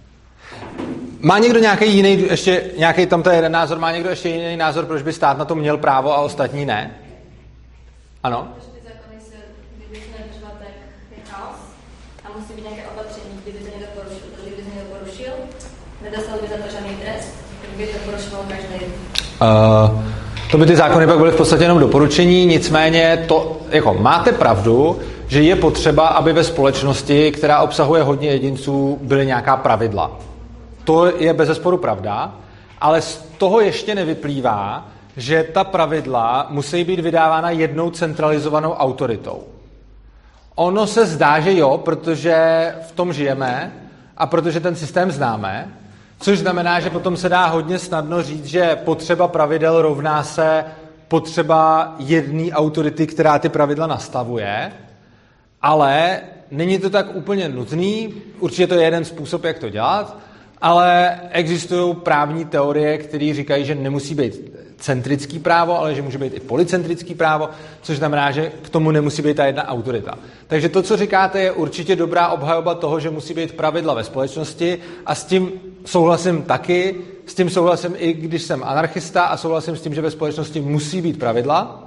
má někdo nějaký jiný, ještě nějaký tam jeden názor, má někdo ještě jiný názor, proč by stát na to měl právo a ostatní ne? Ano? Ty zákony se, kdyby se nedržela, tak je chaos a musí být nějaké opatření, kdyby to někdo porušil. Protože kdyby to někdo porušil, nedostal by za to žádný trest, tak by to porušoval každý. Uh, to by ty zákony pak byly v podstatě jenom doporučení, nicméně to, jako máte pravdu, že je potřeba, aby ve společnosti, která obsahuje hodně jedinců, byly nějaká pravidla. To je bezesporu pravda, ale z toho ještě nevyplývá, že ta pravidla musí být vydávána jednou centralizovanou autoritou. Ono se zdá, že jo, protože v tom žijeme a protože ten systém známe, což znamená, že potom se dá hodně snadno říct, že potřeba pravidel rovná se potřeba jedné autority, která ty pravidla nastavuje, ale není to tak úplně nutný, určitě to je jeden způsob, jak to dělat, ale existují právní teorie, které říkají, že nemusí být centrický právo, ale že může být i polycentrický právo, což znamená, že k tomu nemusí být ta jedna autorita. Takže to, co říkáte, je určitě dobrá obhajoba toho, že musí být pravidla ve společnosti a s tím souhlasím taky, s tím souhlasím i když jsem anarchista a souhlasím s tím, že ve společnosti musí být pravidla,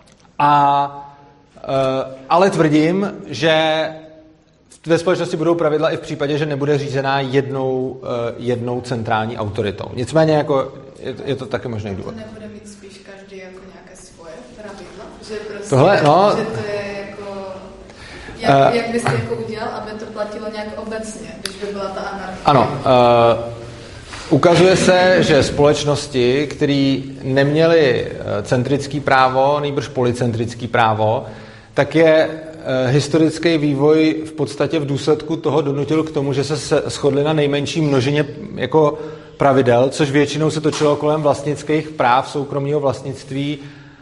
a, e, ale tvrdím, že ve společnosti budou pravidla i v případě, že nebude řízená jednou, jednou centrální autoritou. Nicméně jako je, je to taky možný důvod. To nebude mít spíš každý jako nějaké svoje pravidla? Že prostě, Tohle, no, že to je jako... Jak, uh, jak byste jako udělal, aby to platilo nějak obecně, když by byla ta anarchie? Ano. Uh, ukazuje se, že společnosti, které neměly centrický právo, nejbrž polycentrický právo, tak je historický vývoj v podstatě v důsledku toho donutil k tomu, že se shodli na nejmenší množině jako pravidel, což většinou se točilo kolem vlastnických práv, soukromého vlastnictví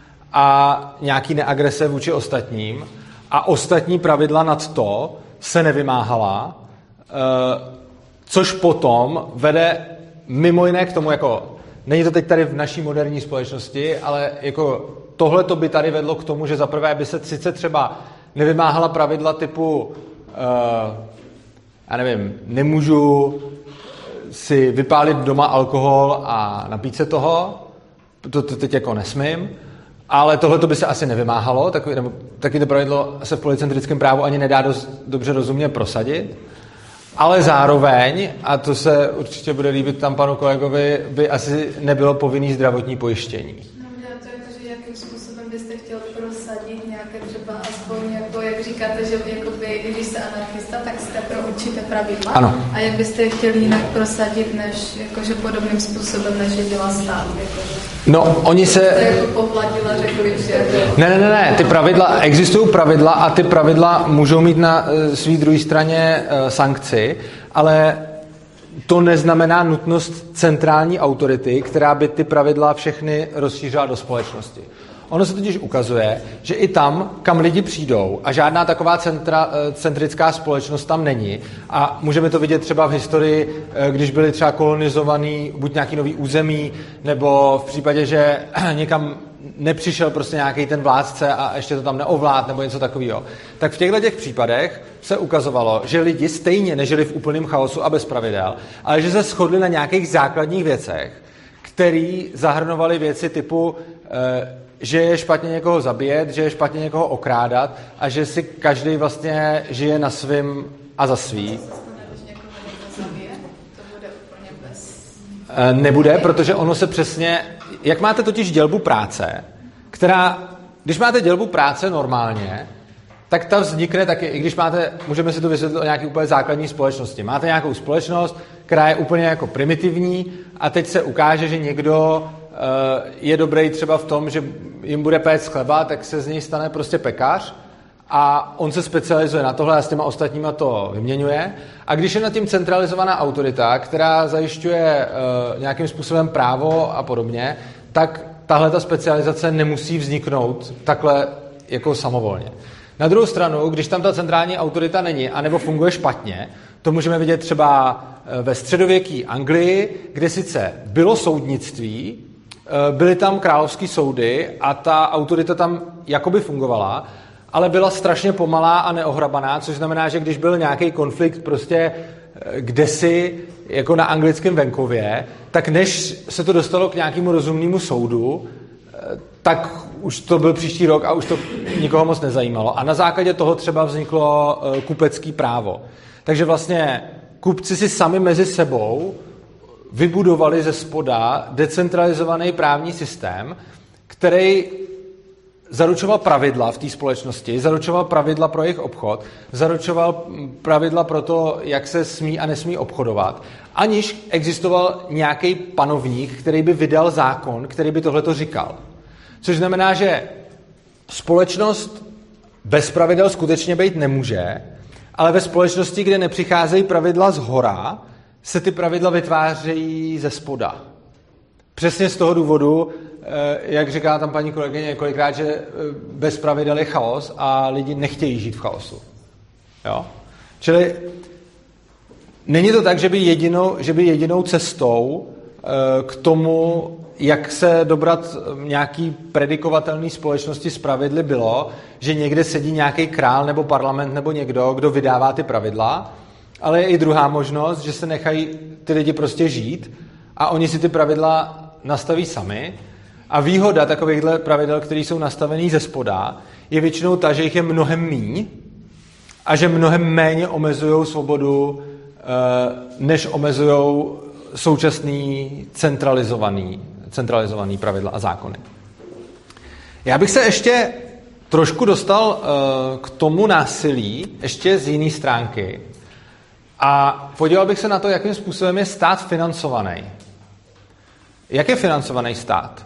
a nějaký neagrese vůči ostatním. A ostatní pravidla nad to se nevymáhala, což potom vede mimo jiné k tomu, jako není to teď tady v naší moderní společnosti, ale jako tohle to by tady vedlo k tomu, že zaprvé by se sice třeba nevymáhala pravidla typu, uh, já nevím, nemůžu si vypálit doma alkohol a napít se toho, to, to teď jako nesmím, ale tohle to by se asi nevymáhalo, takový, nebo taky to pravidlo se v polycentrickém právu ani nedá dost dobře rozumně prosadit, ale zároveň, a to se určitě bude líbit tam panu kolegovi, by asi nebylo povinný zdravotní pojištění. To jako, že jakým způsobem byste chtěl prosadit nějaké třeba aspoň, jako, jak říkáte, že jakoby, když jste anarchista, tak jste pro určité pravidla. Ano. A jak byste chtěli jinak prosadit, než jakože podobným způsobem, než je dělá stát? Jakože. No, oni se... To jako poplatila, řekli, že... Ne, ne, ne, ne, ty pravidla, existují pravidla a ty pravidla můžou mít na uh, své druhé straně uh, sankci, ale to neznamená nutnost centrální autority, která by ty pravidla všechny rozšířila do společnosti. Ono se totiž ukazuje, že i tam, kam lidi přijdou a žádná taková centra, centrická společnost tam není a můžeme to vidět třeba v historii, když byly třeba kolonizovaný buď nějaký nový území, nebo v případě, že někam nepřišel prostě nějaký ten vládce a ještě to tam neovlád nebo něco takového. Tak v těchto těch případech se ukazovalo, že lidi stejně nežili v úplném chaosu a bez pravidel, ale že se shodli na nějakých základních věcech, které zahrnovaly věci typu, že je špatně někoho zabíjet, že je špatně někoho okrádat a že si každý vlastně žije na svým a za svý. Nebude, protože ono se přesně... Jak máte totiž dělbu práce, která... Když máte dělbu práce normálně, tak ta vznikne taky, i když máte... Můžeme si to vysvětlit o nějaké úplně základní společnosti. Máte nějakou společnost, která je úplně jako primitivní a teď se ukáže, že někdo je dobrý třeba v tom, že jim bude péct chleba, tak se z něj stane prostě pekař a on se specializuje na tohle a s těma ostatníma to vyměňuje. A když je nad tím centralizovaná autorita, která zajišťuje uh, nějakým způsobem právo a podobně, tak tahle ta specializace nemusí vzniknout takhle jako samovolně. Na druhou stranu, když tam ta centrální autorita není, anebo funguje špatně, to můžeme vidět třeba ve středověké Anglii, kde sice bylo soudnictví, byly tam královský soudy a ta autorita tam jakoby fungovala, ale byla strašně pomalá a neohrabaná, což znamená, že když byl nějaký konflikt prostě kdesi, jako na anglickém venkově, tak než se to dostalo k nějakému rozumnému soudu, tak už to byl příští rok a už to nikoho moc nezajímalo. A na základě toho třeba vzniklo kupecký právo. Takže vlastně kupci si sami mezi sebou vybudovali ze spoda decentralizovaný právní systém, který zaručoval pravidla v té společnosti, zaručoval pravidla pro jejich obchod, zaručoval pravidla pro to, jak se smí a nesmí obchodovat, aniž existoval nějaký panovník, který by vydal zákon, který by tohleto říkal. Což znamená, že společnost bez pravidel skutečně být nemůže, ale ve společnosti, kde nepřicházejí pravidla zhora, se ty pravidla vytvářejí ze spoda. Přesně z toho důvodu, jak říká tam paní kolegyně několikrát, že bez pravidel je chaos a lidi nechtějí žít v chaosu. Jo? Čili není to tak, že by jedinou, že by jedinou cestou k tomu, jak se dobrat nějaký predikovatelný společnosti s pravidly bylo, že někde sedí nějaký král nebo parlament nebo někdo, kdo vydává ty pravidla, ale je i druhá možnost, že se nechají ty lidi prostě žít a oni si ty pravidla nastaví sami. A výhoda takovýchhle pravidel, které jsou nastavený ze spoda, je většinou ta, že jich je mnohem míň a že mnohem méně omezují svobodu, než omezují současný centralizovaný, centralizovaný pravidla a zákony. Já bych se ještě trošku dostal k tomu násilí, ještě z jiné stránky, a podíval bych se na to, jakým způsobem je stát financovaný. Jak je financovaný stát?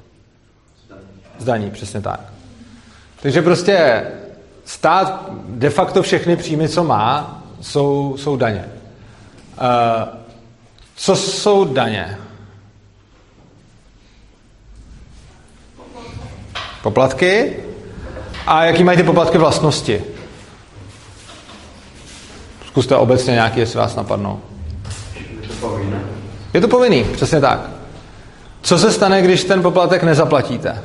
Zdaní, přesně tak. Takže prostě stát de facto všechny příjmy, co má, jsou, jsou daně. Uh, co jsou daně? Poplatky. A jaký mají ty poplatky vlastnosti? Zkuste obecně nějaký, jestli vás napadnou. Je to povinné. Je to povinný, přesně tak. Co se stane, když ten poplatek nezaplatíte?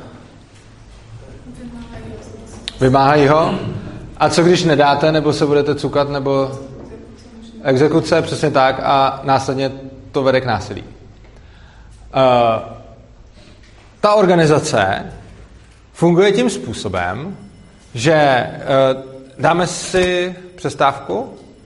Vymáhají ho? A co když nedáte, nebo se budete cukat, nebo exekuce, přesně tak, a následně to vede k násilí. Uh, ta organizace funguje tím způsobem, že uh, dáme si přestávku.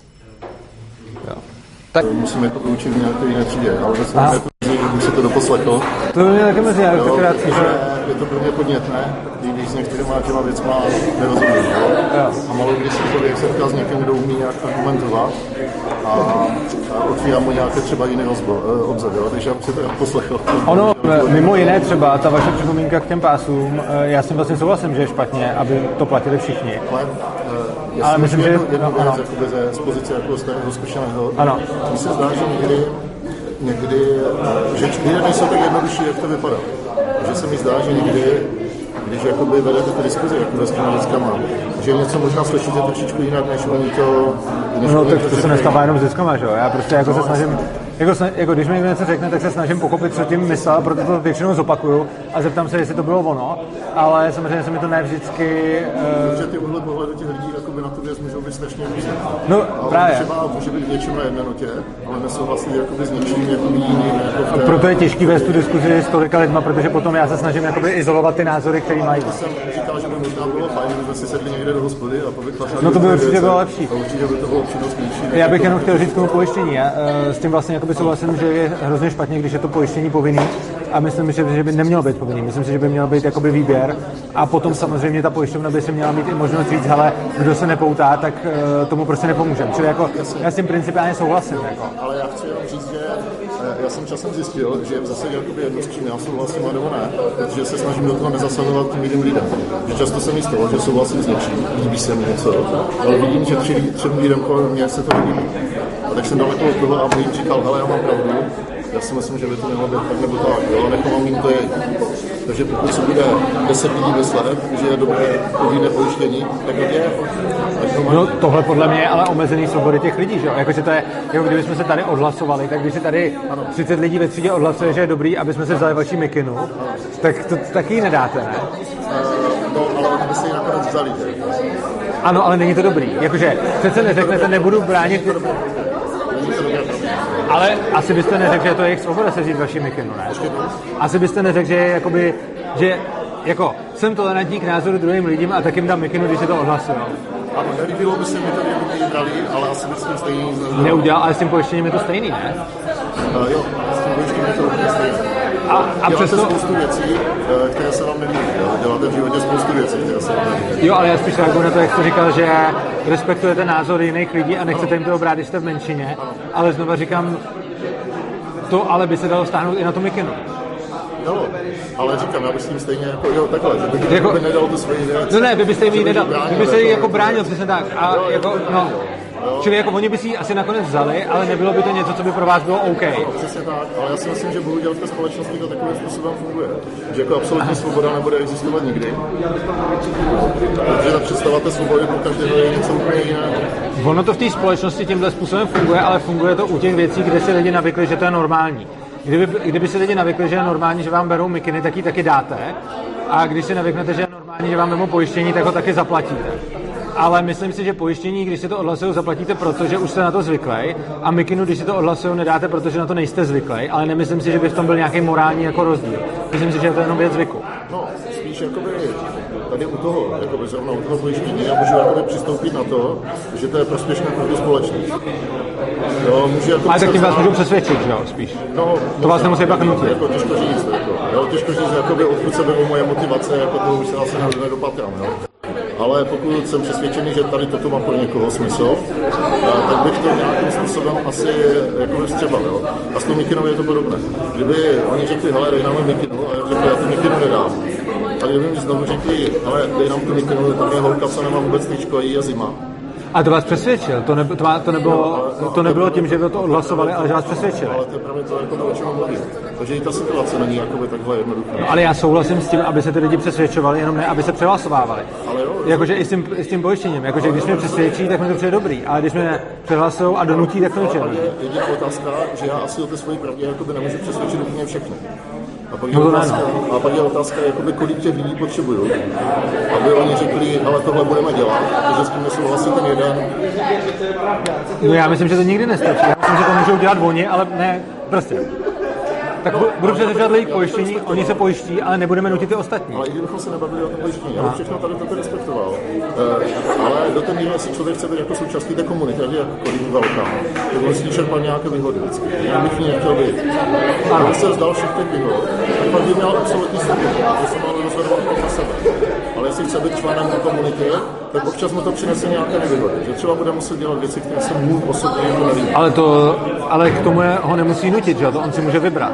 Jo. Tak musíme to učit v nějaké jiné třídě, ale vlastně bych si to doposlechl. To mě taky mezi nějak tenkrát. Je to pro mě podnětné, když s některýma těma věcma nerozumím. A malo když se člověk setká s někým, kdo umí nějak argumentovat a, a otvírám mu nějaké třeba jiné obzor, takže já bych si to poslechl. Ono, mimo jiné třeba, ta vaše připomínka k těm pásům, já s tím vlastně souhlasím, že je špatně, aby to platili všichni. Ale, já ale myslím, že... jednu, jednu věc, jakoby ze, z pozice jako starého zkušeného. Ano. Mně se zdá, že někdy, někdy že lidé nejsou tak jednodušší, jak to vypadá. Že se mi zdá, že někdy, když jakoby vedete ty diskuzi, jako s těmi lidskama, že něco možná slyšíte trošičku jinak, než oni to... Než no oni tak to, to se nestává jenom s lidskama, že jo? Já prostě jako no, se snažím... Jako, jako když mi někdo něco řekne, tak se snažím pochopit, co tím myslel, proto to většinou zopakuju a zeptám se, jestli to bylo ono, ale samozřejmě se mi to ne vždycky... Uh... Protože ty úhly pohledu těch lidí jakoby na tu věc můžou být strašně různé. No a právě. Třeba může být většinou na jedné notě, ale nesouhlasí jakoby s něčím jakoby jiným. Jako té... Proto je těžký vést tu diskuzi s tolika lidma, protože potom já se snažím jakoby izolovat ty názory, které mají. Já jsem říkal, že by možná bylo fajn, kdyby si sedli někde do hospody a povytvářeli. No to by určitě bylo lepší. A určitě by to bylo přínosnější. Já bych jenom chtěl říct k tomu pojištění. Já, s tím vlastně jakoby souhlasím, že je hrozně špatně, když je to pojištění povinný, a myslím si, že by nemělo být povinný. Myslím si, že by měl být jakoby výběr a potom samozřejmě ta pojišťovna by si měla mít i možnost říct, hele, kdo se nepoutá, tak uh, tomu prostě nepomůžeme. Čili jako, já s tím principiálně souhlasím. Jako. Ale já chci jenom říct, že já jsem časem zjistil, že v zásadě jakoby jedno s čím já souhlasím a nebo ne, protože se snažím do toho nezasahovat tím jiným lidem. Že často se mi stalo, že souhlasím s něčím, líbí se mi něco, ale vidím, že tři, třem lidem kolem mě se to líbí. A tak jsem daleko od toho a jim říkal, hele, já mám pravdu. Já si myslím, že by to mělo být tak nebo tak, jo, ale nechám jim to je. Takže pokud se bude deset lidí myslet, že je dobré povinné pojištění, tak to je. No tohle podle mě je ale omezený svobody těch lidí, že jo? Jakože to je, jako kdybychom se tady odhlasovali, tak když si tady třicet lidí ve třídě odhlasuje, že je dobrý, aby jsme se vzali vaši mikinu, tak to taky nedáte, ne? No, ale oni by se ji nakonec vzali. Ano, ale není to dobrý. Jakože přece neřeknete, nebudu bránit... Ale asi byste neřekl, že to je jejich svoboda se žít vaší mikinu, ne? Asi byste neřekl, že je jakoby, že jako jsem tolerantní k názoru druhým lidem a tak jim dám mikinu, když se to odhlasují. Ano, nelíbilo by se mi to, kdyby ji brali, ale asi bych s tím stejný... Neudělal, ale s tím pojištěním je to stejný, ne? Uh, jo, s tím pojištěním je to úplně stejný. A, a děláte přesto... spoustu věcí, které se vám nelíbí. Děláte v životě spoustu věcí, které se vám nelíbí. Jo, ale já spíš reaguji na to, jak jste říkal, že respektujete názory jiných lidí a nechcete jim to brát, když jste v menšině, ale znova říkám, to ale by se dalo stáhnout i na tu mikinu. Jo, ale říkám, já bych s tím stejně jako, jo, takhle, že bych jako, by nedal tu svoji věc. No ne, vy byste jim ji nedal, vy byste ji jako bránil, přesně tak. A jo, jako, no, jo. Čili jako oni by si ji asi nakonec vzali, ale nebylo by to něco, co by pro vás bylo OK. No, přesně tak, ale já si myslím, že bohužel v té společnosti to takovým způsobem funguje. Že jako absolutní svoboda nebude existovat nikdy. Protože ta představa té svobody pro každého je něco úplně jiného. Ono to v té společnosti tímhle způsobem funguje, ale funguje to u těch věcí, kde si lidi navykli, že to je normální. Kdyby, kdyby si lidi navykli, že je normální, že vám berou mikiny, tak ji taky dáte. A když si navyknete, že je normální, že vám vezmou pojištění, tak ho taky zaplatíte. Ale myslím si, že pojištění, když si to odhlasují, zaplatíte, protože už jste na to zvyklí. A mikinu, když si to odhlasují, nedáte, protože na to nejste zvyklí. Ale nemyslím si, že by v tom byl nějaký morální jako rozdíl. Myslím si, že je to jenom věc zvyku. No, spíš jakoby tady u toho, jakoby zrovna u toho pojištění, já můžu jakoby přistoupit na to, že to je prospěšné pro tu společnost. Jo, můžu jako ale tak tím vás můžu přesvědčit, že jo, spíš. No, to vás nemusí pak nutit. Jako těžko říct, jako, jo, těžko říct, jakoby odkud se berou moje motivace, jako to už se asi nedopatrám, jo. Ale pokud jsem přesvědčený, že tady toto má pro někoho smysl, tak bych to nějakým způsobem asi jako vstřebal, jo. A s tou mikinou je to podobné. Kdyby oni řekli, hele, dej nám mikinu, a já řekl, já tu mikinu nedám. A kdyby mi znovu řekli, hele, dej nám tu mikinu, tam je holka, co nemá vůbec tričko, jí je zima. A to vás přesvědčil, to, ne, to, má, to nebylo, no, to nebylo tím, že by to odhlasovali, ale že vás přesvědčili. Ale to je právě to, jako to, o čem mluvím. Takže i ta situace není jakoby takhle jednoduchá. No, ale já souhlasím s tím, aby se ty lidi přesvědčovali, jenom ne, aby se přehlasovávali. Ale jo, jakože i s tím, i s tím pojištěním, jakože když mě přesvědčí, tak mi to přijde dobrý, ale když mě přehlasují a donutí, tak to nepřijde. Jediná otázka, že já asi o té svojí pravdě jakoby nemůžu přesvědčit úplně všechny. A pak je, no otázka, a pak je otázka, jakoby, kolik těch lidí potřebují, aby oni řekli, ale tohle budeme dělat, protože s tím nesouhlasí ten jeden. No já myslím, že to nikdy nestačí. Já myslím, že to můžou dělat oni, ale ne, prostě. Tak budu přesvědčovat lidi k pojištění, oni se pojiští, ale nebudeme nutit ty ostatní. Ale i kdybychom se nebavili o tom pojištění, já bych všechno tady toto respektoval. Uh, ale do té míry, jestli člověk chce být jako součástí té komunity, jak je jakkoliv velká, tak musí čerpat nějaké výhody vždycky. Já bych ní nechtěl být. A když se vzdal všech těch výhod, tak pak by měl absolutní svobodu, že se mal rozhodovat pro sebe. Ale jestli chce být členem té komunity, tak občas mu to přinese nějaké nevýhody. Že třeba bude muset dělat věci, které se mu osobně jako nelíbí. Ale to, ale k tomu je, ho nemusí nutit, že to on si může vybrat.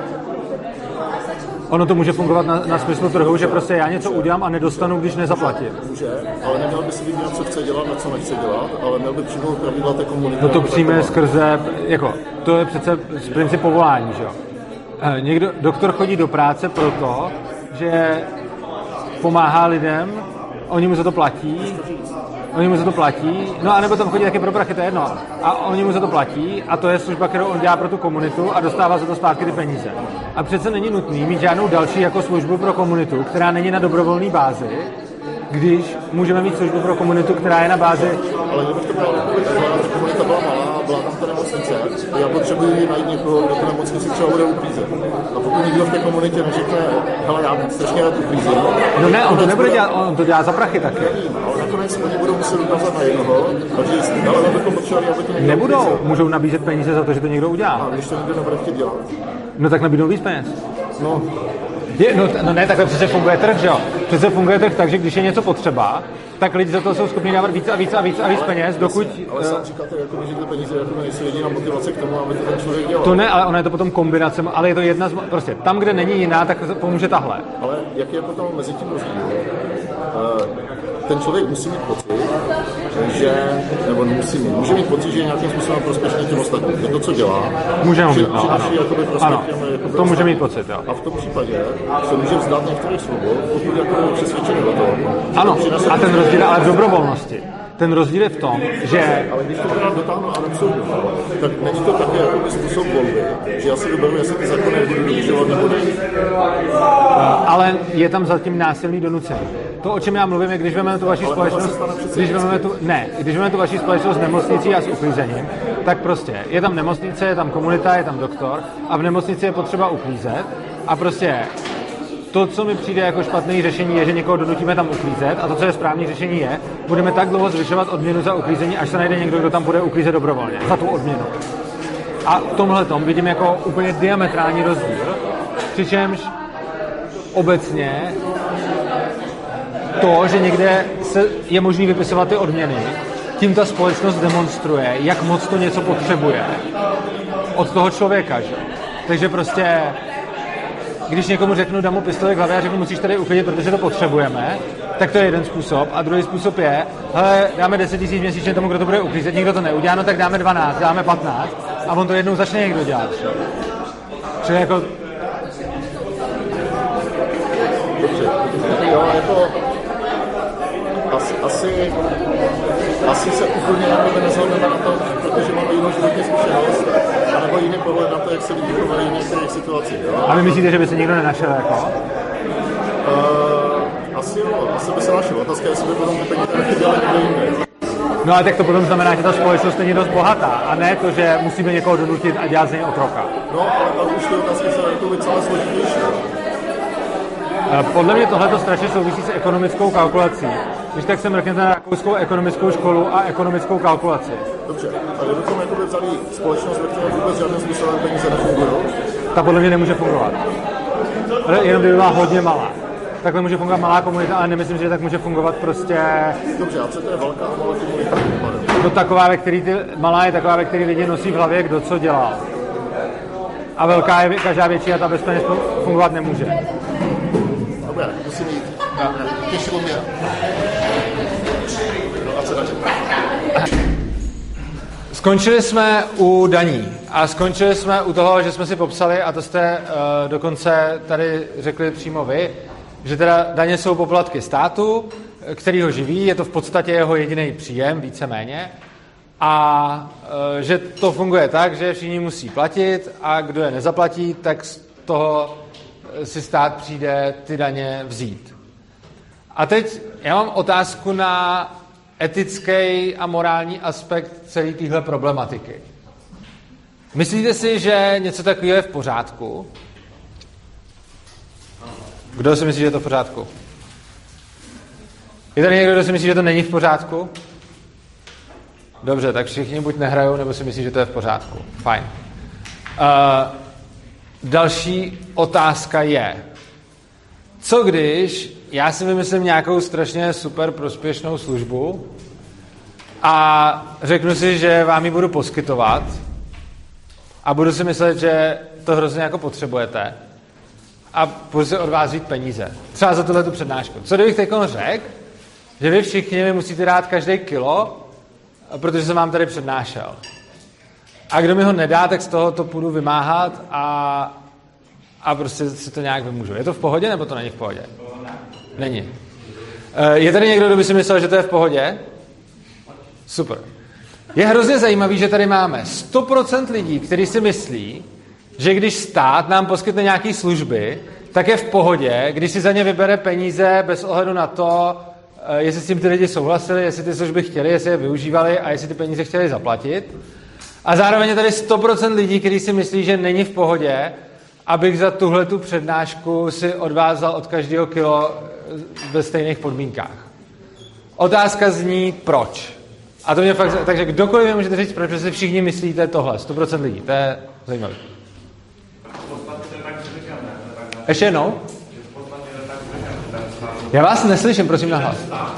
Ono to může fungovat na, na smyslu trhu, že prostě já něco udělám a nedostanu, když nezaplatím. Může, ale neměl by si vybírat, co chce dělat a co nechce dělat, ale měl by přijmout pravidla té komunity. No to přijme skrze, jako, to je přece z princip povolání, že jo. Někdo, doktor chodí do práce proto, že pomáhá lidem, oni mu za to platí, oni mu za to platí, no a nebo tam chodí taky pro prachy, to je jedno. A oni mu za to platí a to je služba, kterou on dělá pro tu komunitu a dostává za to zpátky ty peníze. A přece není nutný mít žádnou další jako službu pro komunitu, která není na dobrovolné bázi, když můžeme mít službu pro komunitu, která je na bázi... Ale kdybych to byla, ta komunita byla malá, byla tam ta nemocnice, já potřebuji najít někoho, kdo tu nemocnici třeba bude uklízet. A pokud nikdo v té komunitě neřekne, hele, já strašně rád uklízím. No ne, on to nebude dělat, on to dělá za prachy taky. Ale nakonec oni budou muset ukázat na jednoho, takže ale bychom potřebovali, aby to někdo nebudou, uklízel. Můžou nabízet peníze za to, že to někdo udělá. A když to někdo nebude chtít dělat? No tak nabídnou víc peněz. No. Je, no, no ne, takhle přece funguje trh, že jo? Přece funguje trh tak, že když je něco potřeba, tak lidi za to jsou schopni dávat víc a víc a víc a víc peněz, dokud... Ale sám říkáte, jako, že ty peníze jako nejsou jediná motivace k tomu, aby to ten člověk dělal. To ne, ale ona je to potom kombinace, ale je to jedna z... Prostě tam, kde není jiná, tak pomůže tahle. Ale jaký je potom mezi tím rozdíl? Ten člověk musí mít pocit, že, nebo musí mít, může mít pocit, že je nějakým způsobem prospěšný těm ostatním, že to, co dělá, může mít, no, ano. Ano, jakoby to může mít pocit, jo. A v tom případě se může vzdát některých svobod, pokud jako je přesvědčený o tom. Ano, a ten rozdíl je ale v dobrovolnosti. Ten rozdíl je v tom, že... Ale když to teda dotáhnu a nepsoudu, tak není to také jako způsob volby, že já si vyberu, jestli ty zákony nebudu dodržovat nebo ne. Ale je tam zatím násilný donucení. to, o čem já mluvím, je, když vezmeme tu vaši společnost, když vezmeme tu, ne, když vezmeme tu vaši společnost s nemocnicí a s uklízením, tak prostě je tam nemocnice, je tam komunita, je tam doktor a v nemocnici je potřeba uklízet a prostě to, co mi přijde jako špatné řešení, je, že někoho donutíme tam uklízet a to, co je správné řešení, je, budeme tak dlouho zvyšovat odměnu za uklízení, až se najde někdo, kdo tam bude uklízet dobrovolně za tu odměnu. A v tomhle tom vidím jako úplně diametrální rozdíl, přičemž obecně to, že někde se je možný vypisovat ty odměny, tím ta společnost demonstruje, jak moc to něco potřebuje od toho člověka, že? Takže prostě když někomu řeknu, dám mu pistoli k hlavě a řeknu, musíš tady uklidit, protože to potřebujeme, tak to je jeden způsob. A druhý způsob je, hele, dáme deset tisíc měsíčně tomu, kdo to bude uklízet, nikdo to neudělá, no tak dáme dvanáct, dáme patnáct a on to jednou začne někdo dělat. Čili jako... Dobře, jo, jako... Asi, asi, asi se úplně jako nezhodneme na tom, protože máme jinou životní zkušenost, anebo jiný pohled na to, jak se lidi chovají v některých situacích. Jo? A vy myslíte, že by se nikdo nenašel jako? Uh, asi jo, asi by se našel. Otázka je, jestli by potom ty peníze nechyběly někde jinde. No ale tak to potom znamená, že ta společnost není dost bohatá a ne to, že musíme někoho donutit a dělat z něj otroka. No, ale pak už ty otázky jsou jako celé složitější. Podle mě tohle to strašně souvisí s ekonomickou kalkulací. Když tak se mrknete na rakouskou ekonomickou školu a ekonomickou kalkulaci. Dobře, a kdybychom jakoby vzali společnost, ve které vůbec žádným způsobem peníze nefungují? Ta podle mě nemůže fungovat. Ale jenom by byla hodně malá. Takhle může fungovat malá komunita, ale nemyslím, že tak může fungovat prostě... Dobře, a co to je velká a malá komunita? No taková, ve který ty... Malá je taková, ve který lidi nosí v hlavě, kdo co dělal. A velká je každá větší a ta bez peněz fungovat nemůže. Dobré, musím jít. Těšilo mě. No a co další? Skončili jsme u daní a skončili jsme u toho, že jsme si popsali, a to jste uh, dokonce tady řekli přímo vy, že teda daně jsou poplatky státu, který ho živí, je to v podstatě jeho jediný příjem, víceméně, a uh, že to funguje tak, že všichni musí platit a kdo je nezaplatí, tak z toho si stát přijde ty daně vzít. A teď já mám otázku na etický a morální aspekt celé téhle problematiky. Myslíte si, že něco takového je v pořádku? Kdo si myslí, že je to v pořádku? Je tady někdo, kdo si myslí, že to není v pořádku? Dobře, tak všichni buď nehrajou, nebo si myslí, že to je v pořádku. Fajn. Uh, další otázka je, co když já si vymyslím nějakou strašně super prospěšnou službu a řeknu si, že vám ji budu poskytovat a budu si myslet, že to hrozně jako potřebujete a budu si od vás vzít peníze. Třeba za tuhle tu přednášku. Co kdybych teď řekl, že vy všichni mi musíte dát každý kilo, protože jsem vám tady přednášel. A kdo mi ho nedá, tak z toho to půjdu vymáhat a, a prostě si to nějak vymůžu. Je to v pohodě, nebo to není v pohodě? Není. Je tady někdo, kdo by si myslel, že to je v pohodě? Super. Je hrozně zajímavý, že tady máme sto procent lidí, kteří si myslí, že když stát nám poskytne nějaké služby, tak je v pohodě, když si za ně vybere peníze bez ohledu na to, jestli s tím ty lidi souhlasili, jestli ty služby chtěli, jestli je využívali a jestli ty peníze chtěli zaplatit. A zároveň je tady sto procent lidí, kteří si myslí, že není v pohodě, abych za tuhle tu přednášku si odvázal od každého kilo ve stejných podmínkách. Otázka zní, proč? A to mě fakt... Takže kdokoliv mi můžete říct, proč, protože si všichni myslíte tohle. sto procent lidí. To je zajímavé. Ještě jednou? Já vás neslyším, prosím nahlas.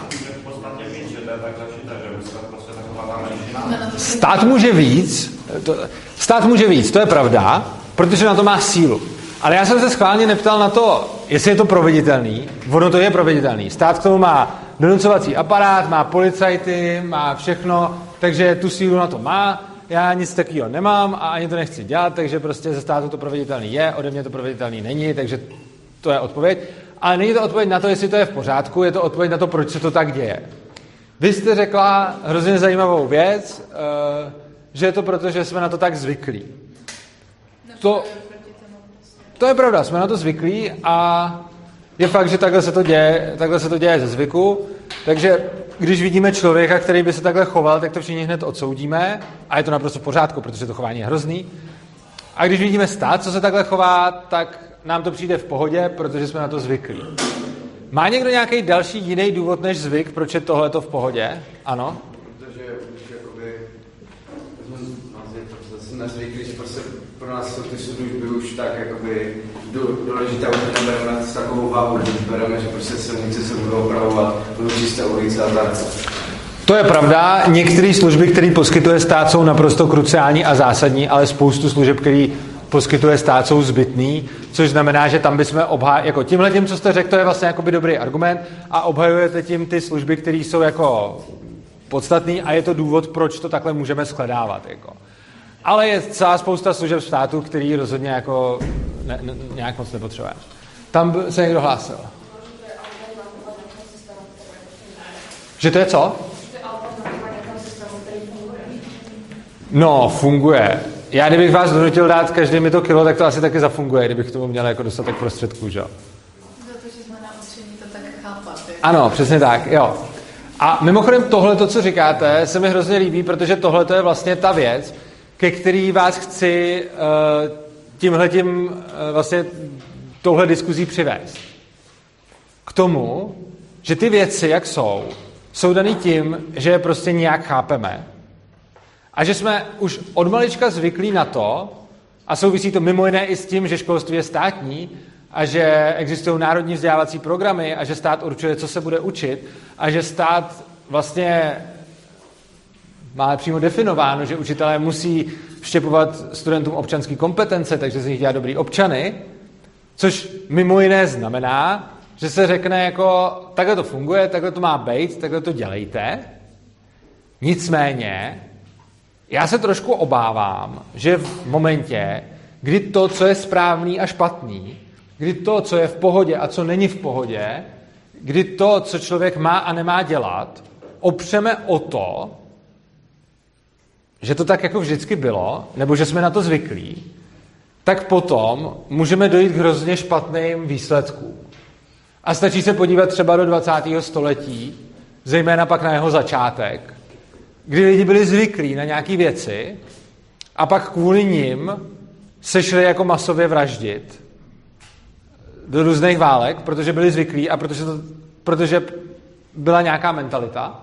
Stát může víc, to, stát může víc, to je pravda, protože na to má sílu. Ale já jsem se schválně neptal na to, jestli je to proveditelný. Ono to je proveditelný. Stát k tomu má donucovací aparát, má policajty, má všechno, takže tu sílu na to má. Já nic takového nemám a ani to nechci dělat, takže prostě ze státu to proveditelný je, ode mě to proveditelný není, takže to je odpověď. Ale není to odpověď na to, jestli to je v pořádku, je to odpověď na to, proč se to tak děje. Vy jste řekla hrozně zajímavou věc, že je to proto, že jsme na to tak zvyklí. To, to je pravda, jsme na to zvyklí a je fakt, že takhle se to děje, takhle se to děje ze zvyku, takže když vidíme člověka, který by se takhle choval, tak to všichni hned odsoudíme a je to naprosto v pořádku, protože to chování je hrozný. A když vidíme stát, co se takhle chová, tak nám to přijde v pohodě, protože jsme na to zvyklí. Má někdo nějaký další jiný důvod než zvyk, proč je tohleto v pohodě? Ano? Protože už jakoby jsme nezvyklí, že prostě pro nás jsou ty služby už tak jakoby důležité, už nebereme s takovou váhu, že bereme, že prostě silnice se budou opravovat, budou čisté ulice a tak. To je pravda, některé služby, které poskytuje stát, jsou naprosto kruciální a zásadní, ale spoustu služeb, které poskytuje stát, jsou zbytný, což znamená, že tam bychom obhájili, jako tímhle tím, co jste řekl, to je vlastně jakoby dobrý argument a obhajujete tím ty služby, které jsou jako podstatný a je to důvod, proč to takhle můžeme shledávat. Jako. Ale je celá spousta služeb státu, který rozhodně jako ne, ne, nějak moc nepotřebujeme. Tam se někdo hlásil. Že to je co? No, funguje. Já kdybych vás donutil dát každý mi to kilo, tak to asi taky zafunguje, kdybych k tomu měl jako dostatek prostředků, že jo? Za to, že jsme naučení to tak chápat. Ano, přesně tak, jo. A mimochodem tohle, to, co říkáte, se mi hrozně líbí, protože tohle je vlastně ta věc, ke který vás chci uh, tímhletím uh, vlastně touhle diskuzí přivést. K tomu, že ty věci, jak jsou, jsou daný tím, že je prostě nějak chápeme. A že jsme už od malička zvyklí na to, a souvisí to mimo jiné i s tím, že školství je státní a že existují národní vzdělávací programy a že stát určuje, co se bude učit a že stát vlastně má přímo definováno, že učitelé musí vštěpovat studentům občanské kompetence, takže z nich dělat dobrý občany, což mimo jiné znamená, že se řekne jako takhle to funguje, takhle to má být, takhle to dělejte. Nicméně já se trošku obávám, že v momentě, kdy to, co je správný a špatný, kdy to, co je v pohodě a co není v pohodě, kdy to, co člověk má a nemá dělat, opřeme o to, že to tak jako vždycky bylo, nebo že jsme na to zvyklí, tak potom můžeme dojít k hrozně špatným výsledkům. A stačí se podívat třeba do dvacátého století, zejména pak na jeho začátek, kdy lidi byli zvyklí na nějaké věci a pak kvůli nim se šli jako masově vraždit do různých válek, protože byli zvyklí a protože, to, protože byla nějaká mentalita.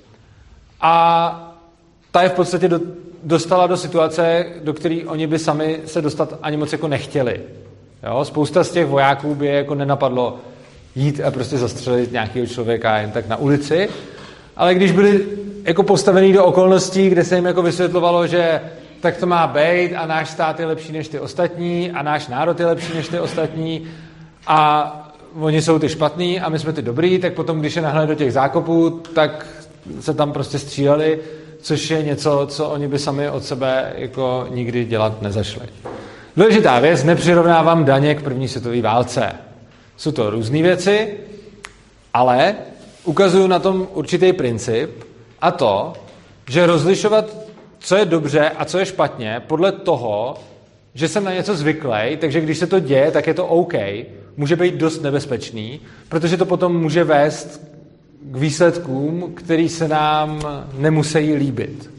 A ta je v podstatě do, dostala do situace, do které oni by sami se dostat ani moc jako nechtěli. Jo? Spousta z těch vojáků by je jako nenapadlo jít a prostě zastřelit nějakého člověka jen tak na ulici, ale když byli jako postavený do okolností, kde se jim jako vysvětlovalo, že tak to má být a náš stát je lepší než ty ostatní a náš národ je lepší než ty ostatní a oni jsou ty špatný a my jsme ty dobrý, tak potom, když je nahled do těch zákopů, tak se tam prostě stříleli, což je něco, co oni by sami od sebe jako nikdy dělat nezašli. Důležitá věc, nepřirovnávám daně k první světové válce. Jsou to různé věci, ale ukazuju na tom určitý princip a to, že rozlišovat, co je dobře a co je špatně, podle toho, že jsem na něco zvyklý, takže když se to děje, tak je to OK, může být dost nebezpečný, protože to potom může vést k výsledkům, který se nám nemusí líbit.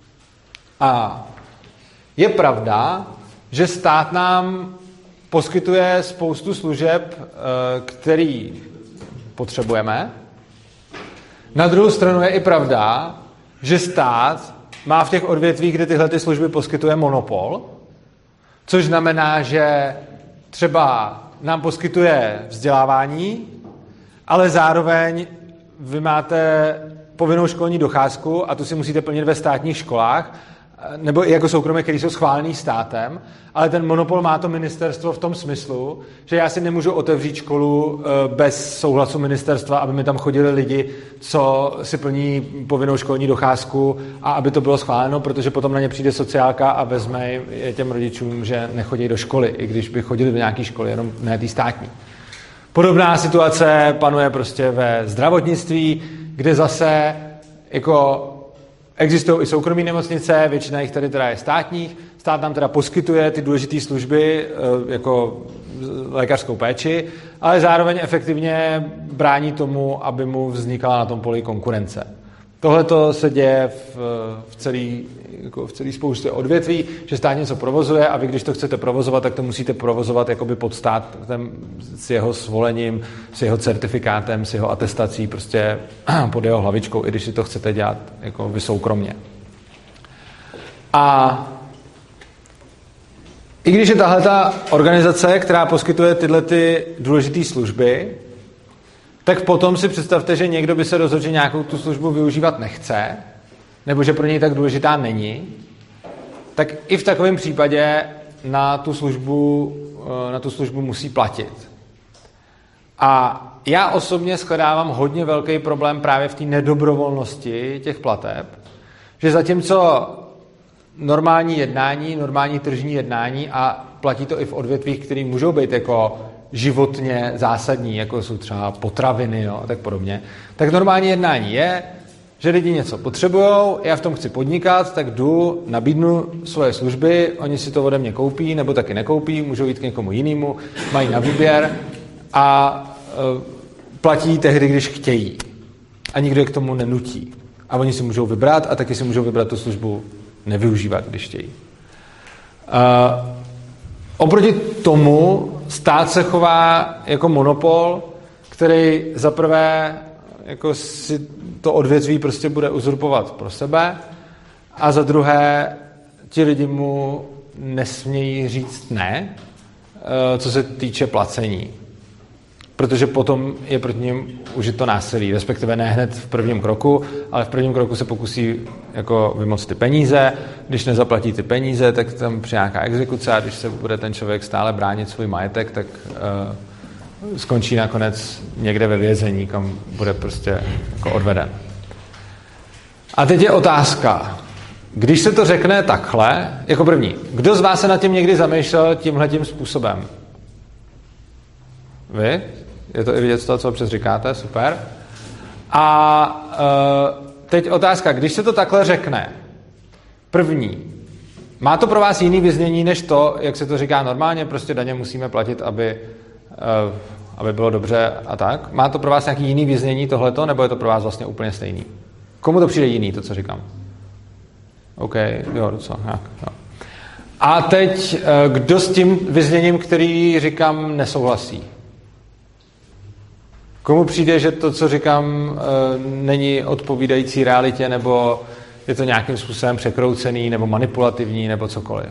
A je pravda, že stát nám poskytuje spoustu služeb, který potřebujeme. Na druhou stranu je i pravda, že stát má v těch odvětvích, kde tyhle ty služby poskytuje monopol, což znamená, že třeba nám poskytuje vzdělávání, ale zároveň vy máte povinnou školní docházku a tu si musíte plnit ve státních školách, nebo i jako soukromé, které jsou schválený státem, ale ten monopol má to ministerstvo v tom smyslu, že já si nemůžu otevřít školu bez souhlasu ministerstva, aby mi tam chodili lidi, co si plní povinnou školní docházku a aby to bylo schváleno, protože potom na ně přijde sociálka a vezme je těm rodičům, že nechodí do školy, i když by chodili do nějaké školy, jenom ne té státní. Podobná situace panuje prostě ve zdravotnictví, kde zase jako existují i soukromé nemocnice, většina jich tady teda je státních. Stát nám teda poskytuje ty důležité služby, jako lékařskou péči, ale zároveň efektivně brání tomu, aby mu vznikala na tom poli konkurence. Tohle to se děje v, v celý, jako v celý spoustě odvětví, že stát něco provozuje a vy, když to chcete provozovat, tak to musíte provozovat jakoby pod státem s jeho svolením, s jeho certifikátem, s jeho atestací, prostě pod jeho hlavičkou, i když si to chcete dělat jako vy soukromně. A i když je tahleta organizace, která poskytuje tyhle ty důležité služby, tak potom si představte, že někdo by se rozhodl, že nějakou tu službu využívat nechce, nebo že pro něj tak důležitá není, tak i v takovém případě na tu službu, na tu službu musí platit. A já osobně shledávám hodně velký problém právě v té nedobrovolnosti těch plateb, že zatímco normální jednání, normální tržní jednání, a platí to i v odvětvích, které můžou být jako životně zásadní, jako jsou třeba potraviny, no, a tak podobně, tak normální jednání je, že lidi něco potřebujou, já v tom chci podnikat, tak jdu, nabídnu svoje služby, oni si to ode mě koupí, nebo taky nekoupí, můžou jít k někomu jinému, mají na výběr a e, platí tehdy, když chtějí. A nikdo je k tomu nenutí. A oni si můžou vybrat a taky si můžou vybrat tu službu nevyužívat, když chtějí. Uh, oproti tomu stát se chová jako monopol, který zaprvé jako si to odvětví prostě bude uzurpovat pro sebe a za druhé ti lidi mu nesmějí říct ne, uh, co se týče placení. Protože potom je proti nim užito násilí, respektive ne hned v prvním kroku, ale v prvním kroku se pokusí jako vymoct ty peníze, když nezaplatí ty peníze, tak tam přijde nějaká exekuce a když se bude ten člověk stále bránit svůj majetek, tak uh, skončí nakonec někde ve vězení, kam bude prostě jako odveden. A teď je otázka, když se to řekne takhle, jako první, kdo z vás se nad tím někdy zamýšlel tímhletím způsobem? Vy? Je to i vidět z toho, co občas říkáte, super. A uh, teď otázka, když se to takhle řekne, první, má to pro vás jiný vyznění než to, jak se to říká normálně, prostě daně musíme platit, aby, uh, aby bylo dobře a tak? Má to pro vás nějaký jiný vyznění tohleto, nebo je to pro vás vlastně úplně stejný? Komu to přijde jiný, to, co říkám? OK, jo, docela, nějak, jo. A teď, uh, kdo s tím vyzněním, který říkám, nesouhlasí? Komu přijde, že to, co říkám, není odpovídající realitě, nebo je to nějakým způsobem překroucený, nebo manipulativní, nebo cokoliv?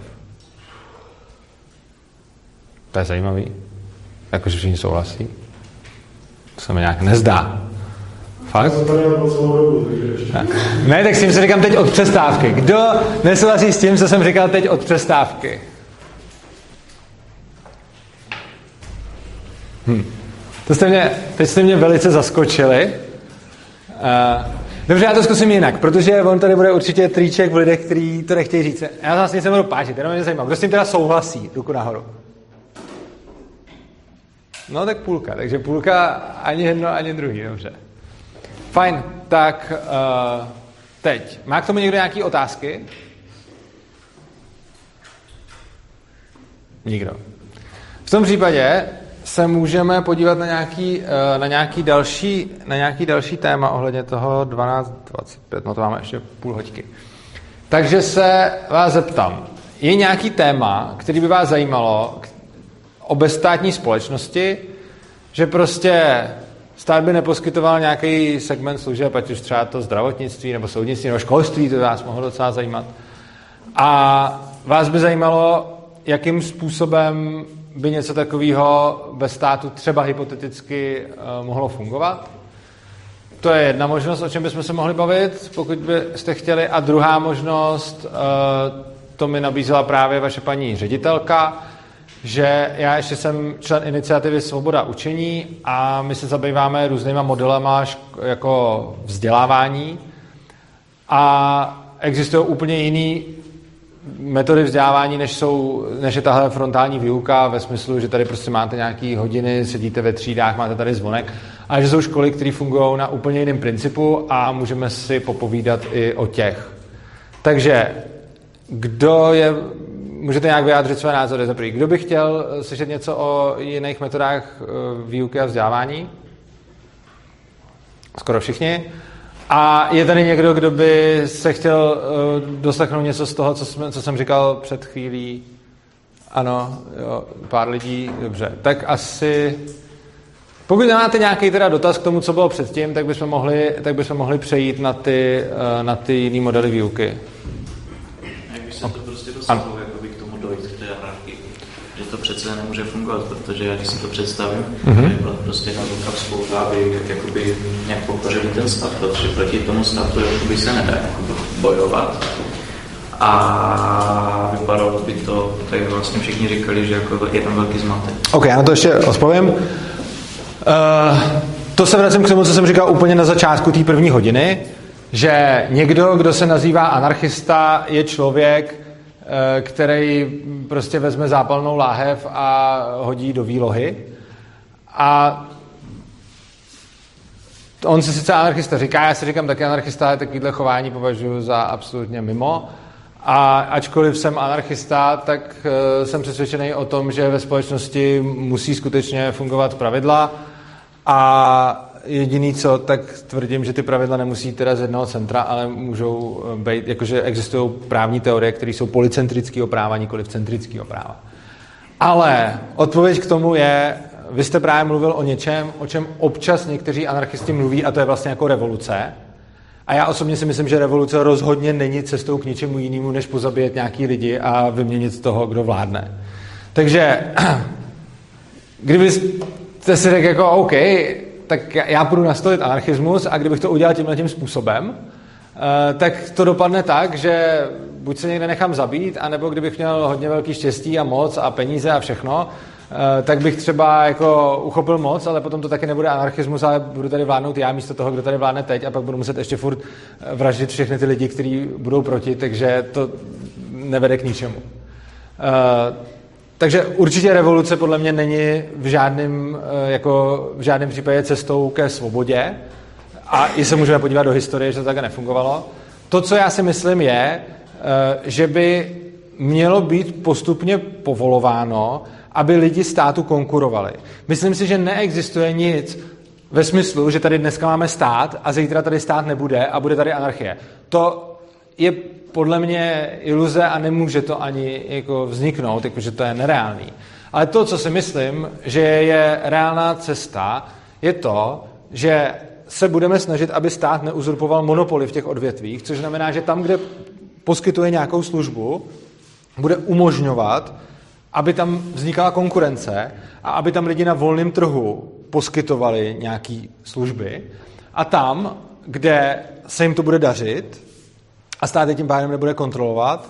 To je zajímavý. Jakože všichni souhlasí. To se mi nějak nezdá. Fakt? Ne. ne, tak s tím se říkám teď od přestávky. Kdo nesouhlasí s tím, co jsem říkal teď od přestávky? Hm. To jste mě, teď jste mě velice zaskočili. Uh, dobře, já to zkusím jinak, protože on tady bude určitě trýček v lidech, kteří to nechtějí říct. Já vás něco budu páčit, jenom mě zajímá. Kdo s tím teda souhlasí? Ruku nahoru. No tak půlka, takže půlka ani jedno, ani druhý, dobře. Fajn, tak uh, teď. Má k tomu někdo nějaké otázky? Nikdo. V tom případě se můžeme podívat na nějaký, na nějaký, další, na nějaký další téma ohledně toho dvanáct dvacet pět, no to máme ještě půl hoďky. Takže se vás zeptám, je nějaký téma, který by vás zajímalo o bezstátní společnosti, že prostě stát by neposkytoval nějaký segment služeb, ať už třeba to zdravotnictví, nebo soudnictví, nebo školství, to vás mohlo docela zajímat. A vás by zajímalo, jakým způsobem by něco takového bez státu třeba hypoteticky uh, mohlo fungovat. To je jedna možnost, o čem bychom se mohli bavit, pokud byste chtěli. A druhá možnost, uh, to mi nabízela právě vaše paní ředitelka, že já ještě jsem člen iniciativy Svoboda učení a my se zabýváme různýma modelama jako vzdělávání a existují úplně jiný metody vzdělávání, než, jsou, než je tahle frontální výuka ve smyslu, že tady prostě máte nějaký hodiny, sedíte ve třídách, máte tady zvonek, ale že jsou školy, které fungují na úplně jiném principu a můžeme si popovídat i o těch. Takže kdo je můžete nějak vyjádřit své názory. Za první, kdo by chtěl slyšet něco o jiných metodách výuky a vzdělávání? Skoro všichni. A je tady někdo, kdo by se chtěl doslechnout něco z toho, co, jsme, co jsem říkal před chvílí? Ano, jo, pár lidí, dobře. Tak asi... Pokud nemáte nějaký teda dotaz k tomu, co bylo předtím, tak bychom mohli, tak bychom mohli přejít na ty, na ty jiný modely výuky. Jak by se to prostě dostalo, jakoby k tomu dojít, k té anarchii? Že to přece nemůže fungovat, protože já když si to představím, mm-hmm. že byla prostě jedna velká spouta, aby jakoby nějak podpořili ten stav, protože proti tomu stavu jakoby se nedá jakoby bojovat. A vypadalo by to, tak vlastně všichni říkali, že jako je tam velký zmatek. OK, já na to ještě odpovím. Uh, to se vracím k tomu, co jsem říkal úplně na začátku té první hodiny, že někdo, kdo se nazývá anarchista, je člověk, uh, který prostě vezme zápalnou láhev a hodí do výlohy. A on si sice anarchista říká, já si říkám taky anarchista, takovýhle chování považuji za absolutně mimo. A ačkoliv jsem anarchista, tak uh, jsem přesvědčený o tom, že ve společnosti musí skutečně fungovat pravidla a jediný co, tak tvrdím, že ty pravidla nemusí teda z jednoho centra, ale můžou být, jakože existují právní teorie, které jsou polycentrického práva, nikoliv centrického práva. Ale odpověď k tomu je, vy jste právě mluvil o něčem, o čem občas někteří anarchisti mluví, a to je vlastně jako revoluce. A já osobně si myslím, že revoluce rozhodně není cestou k ničemu jinému, než pozabíjet nějaký lidi a vyměnit toho, kdo vládne. Takže kdybyste si řekl jako OK, tak já půjdu nastolit anarchismus a kdybych to udělal tímhle tím způsobem, tak to dopadne tak, že buď se někde nechám zabít, anebo kdybych měl hodně velký štěstí a moc a peníze a všechno, tak bych třeba jako uchopil moc, ale potom to taky nebude anarchismus, ale budu tady vládnout já místo toho, kdo tady vládne teď, a pak budu muset ještě furt vraždit všechny ty lidi, kteří budou proti, takže to nevede k ničemu. Takže určitě revoluce podle mě není v žádném, jako v žádném případě cestou ke svobodě, a i se můžeme podívat do historie, že to takhle nefungovalo. To, co já si myslím, je, že by mělo být postupně povolováno, aby lidi státu konkurovali. Myslím si, že neexistuje nic ve smyslu, že tady dneska máme stát a zítra tady stát nebude a bude tady anarchie. To je podle mě iluze a nemůže to ani jako vzniknout, jakože to je nereálný. Ale to, co si myslím, že je reálná cesta, je to, že se budeme snažit, aby stát neuzurpoval monopoly v těch odvětvích, což znamená, že tam, kde poskytuje nějakou službu, bude umožňovat, aby tam vznikala konkurence a aby tam lidi na volném trhu poskytovali nějaké služby. A tam, kde se jim to bude dařit a stát je tím pádem nebude kontrolovat,